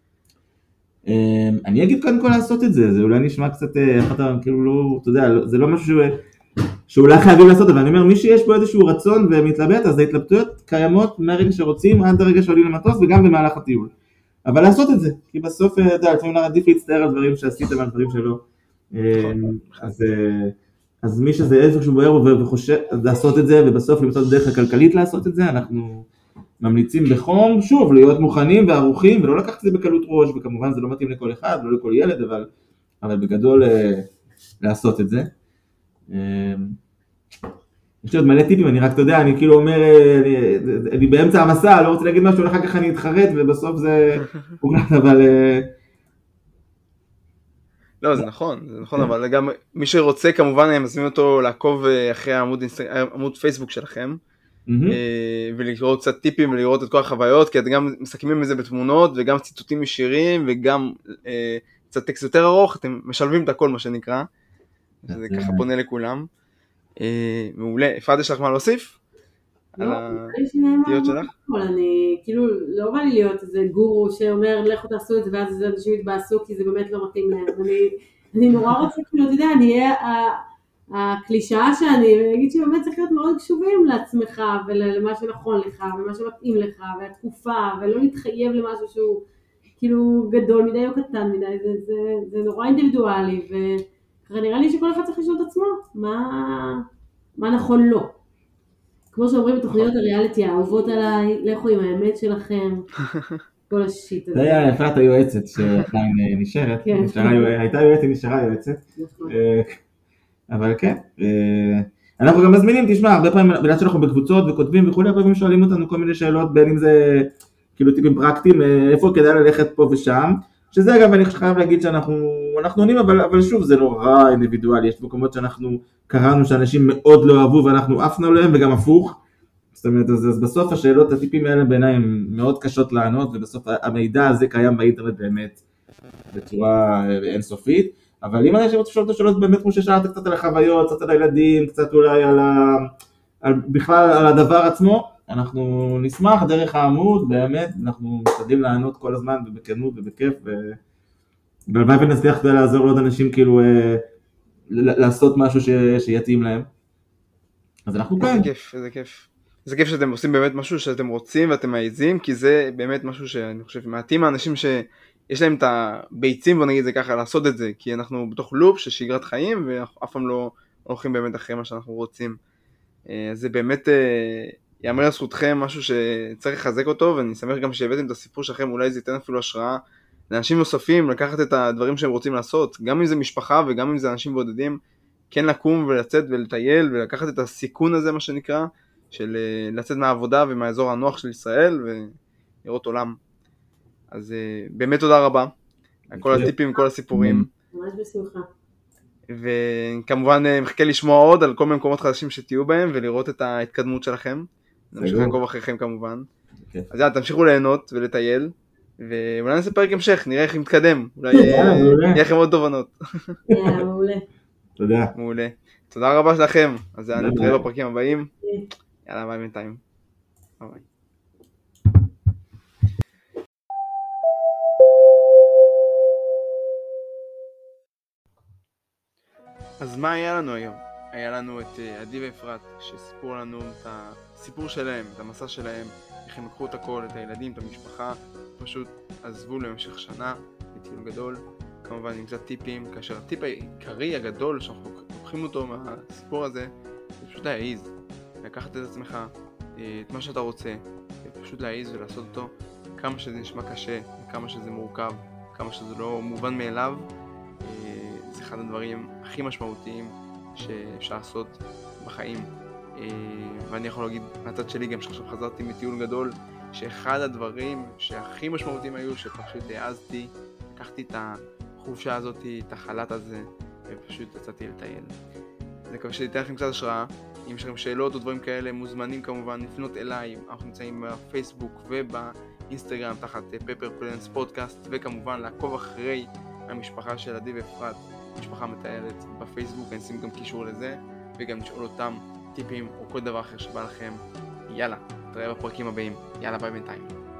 אני אגיד קודם כל לעשות את זה, זה אולי נשמע קצת, כאילו לא, אתה יודע, זה לא משהו שאולי חייבים לעשות, אבל אני אומר, מי שיש בו איזשהו רצון ומתלבט, אז ההתלבטויות קיימות מהרגע שרוצים, עד הרגע שעולים למטוס וגם במהלך הטיול. אבל לעשות את זה, כי בסוף, אתה יודע, לפעמים עדיף להצטער על דברים שעשיתם, על דברים שלא. אז, אז מי שזה איזשהו בוער וחושב לעשות את זה, ובסוף למצוא דרך הכלכלית לעשות את זה, אנחנו ממליצים בחום, שוב, להיות מוכנים וערוכים, ולא לקחת את זה בקלות ראש, וכמובן זה לא מתאים לכל אחד, לא לכל ילד, אבל, אבל בגדול לעשות את זה. יש לי עוד מלא טיפים, אני רק, אתה יודע, אני כאילו אומר, אני, אני באמצע המסע, לא רוצה להגיד משהו, אחר כך אני אתחרט, ובסוף זה פוגעת, אבל... לא, זה נכון, זה נכון, אבל גם מי שרוצה, כמובן, אני מזמין אותו לעקוב אחרי העמוד, עמוד פייסבוק שלכם, ולראות קצת טיפים ולראות את כל החוויות, כי אתם גם מסכמים את זה בתמונות, וגם ציטוטים ישירים, וגם קצת טקסט יותר ארוך, אתם משלבים את הכל, מה שנקרא, זה ככה פונה לכולם. מעולה. אפרת, יש לך מה להוסיף? לא, אני שלך? אני כאילו לא בא לי להיות איזה גורו שאומר לכו תעשו את זה ואז אנשים יתבאסו כי זה באמת לא מתאים להם. אני נורא רוצה כאילו, אתה יודע, אני אהיה הקלישאה שאני, ואגיד שבאמת צריך להיות מאוד קשובים לעצמך ולמה שנכון לך ומה שמתאים לך והתקופה, ולא להתחייב למשהו שהוא כאילו גדול מדי או קטן מדי, זה נורא אינדיבידואלי, ונראה לי שכל אחד צריך לשאול את עצמו מה נכון לו. כמו שאומרים בתוכניות הריאליטי, האהובות עליי, לכו עם האמת שלכם, כל השיט הזה. זה היה אפרת היועצת שעדיין נשארת, הייתה יועצת, נשארה יועצת. אבל כן, אנחנו גם מזמינים, תשמע, הרבה פעמים, בגלל שאנחנו בקבוצות וכותבים וכולי, הרבה פעמים שואלים אותנו כל מיני שאלות, בין אם זה כאילו טיפים פרקטיים, איפה כדאי ללכת פה ושם, שזה אגב אני חייב להגיד שאנחנו עונים, אבל, אבל שוב זה נורא אינדיבידואלי, יש מקומות שאנחנו קראנו שאנשים מאוד לא אהבו ואנחנו עפנו להם וגם הפוך, זאת אומרת, אז, אז בסוף השאלות, הטיפים האלה בעיניי הם מאוד קשות לענות, ובסוף המידע הזה קיים באינטרנט באמת בצורה אינסופית, אבל אם אני רוצה לשאול את השאלות באמת כמו ששאלת קצת על החוויות, קצת על הילדים, קצת אולי על, ה, על, בכלל על הדבר עצמו, אנחנו נשמח דרך העמוד, באמת, אנחנו משתדלים לענות כל הזמן ובכנות ובכיף, והלוואי ונצליח כדי לעזור לעוד אנשים כאילו אה, לעשות משהו ש, שיתאים להם. אז אנחנו כאן. איזה כיף, איזה כיף. זה כיף שאתם עושים באמת משהו שאתם רוצים ואתם מעיזים, כי זה באמת משהו שאני חושב, מעטים האנשים שיש להם את הביצים, בוא נגיד זה ככה, לעשות את זה, כי אנחנו בתוך לופ של שגרת חיים, ואנחנו אף פעם לא הולכים באמת אחרי מה שאנחנו רוצים. זה באמת יאמר לזכותכם משהו שצריך לחזק אותו, ואני שמח גם שהבאתם את הסיפור שלכם, אולי זה ייתן אפילו השראה לאנשים נוספים, לקחת את הדברים שהם רוצים לעשות, גם אם זה משפחה וגם אם זה אנשים בודדים, כן לקום ולצאת ולטייל ולקחת את הסיכון הזה, מה שנקרא, של לצאת מהעבודה ומהאזור הנוח של ישראל ולראות עולם. אז באמת תודה רבה על כל הטיפים, כל הסיפורים. ממש בשמחה. וכמובן מחכה לשמוע עוד על כל מיני מקומות חדשים שתהיו בהם ולראות את ההתקדמות שלכם. נמשיך לעקוב אחריכם כמובן. אז יאללה, תמשיכו ליהנות ולטייל, ואולי נעשה פרק המשך, נראה איך נתקדם. אולי יהיה לכם עוד תובנות. יאללה, מעולה. תודה. מעולה. תודה רבה שלכם. אז נתראה בפרקים הבאים. יאללה, ביי בינתיים. ביי ביי. אז מה היה לנו היום? היה לנו את עדי ואפרת שסיפרו לנו את הסיפור שלהם, את המסע שלהם, איך הם לקחו את הכל, את הילדים, את המשפחה, פשוט עזבו למשך שנה בטיול גדול, כמובן עם קצת טיפים, כאשר הטיפ העיקרי הגדול שאנחנו לוקחים אותו מהסיפור הזה, זה פשוט להעיז, לקחת את עצמך, את מה שאתה רוצה, ופשוט להעיז ולעשות אותו, כמה שזה נשמע קשה, כמה שזה מורכב, כמה שזה לא מובן מאליו, זה אחד הדברים הכי משמעותיים שאפשר לעשות בחיים. ואני יכול להגיד מהצד שלי גם שעכשיו חזרתי מטיול גדול, שאחד הדברים שהכי משמעותיים היו שפשוט העזתי, לקחתי את החופשה הזאת, את החל"ת הזה, ופשוט יצאתי לטייל. אני מקווה שתיתן לכם קצת השראה. אם יש לכם שאלות או דברים כאלה, מוזמנים כמובן לפנות אליי. אנחנו נמצאים בפייסבוק ובאינסטגרם תחת פפר פלנס פודקאסט, וכמובן לעקוב אחרי המשפחה של עדי ואפרת, משפחה מטיילת בפייסבוק, אני אשים גם קישור לזה, וגם נשאול אותם טיפים או כל דבר אחר שבא לכם. יאללה, נתראה בפרקים הבאים. יאללה, ביי בינתיים.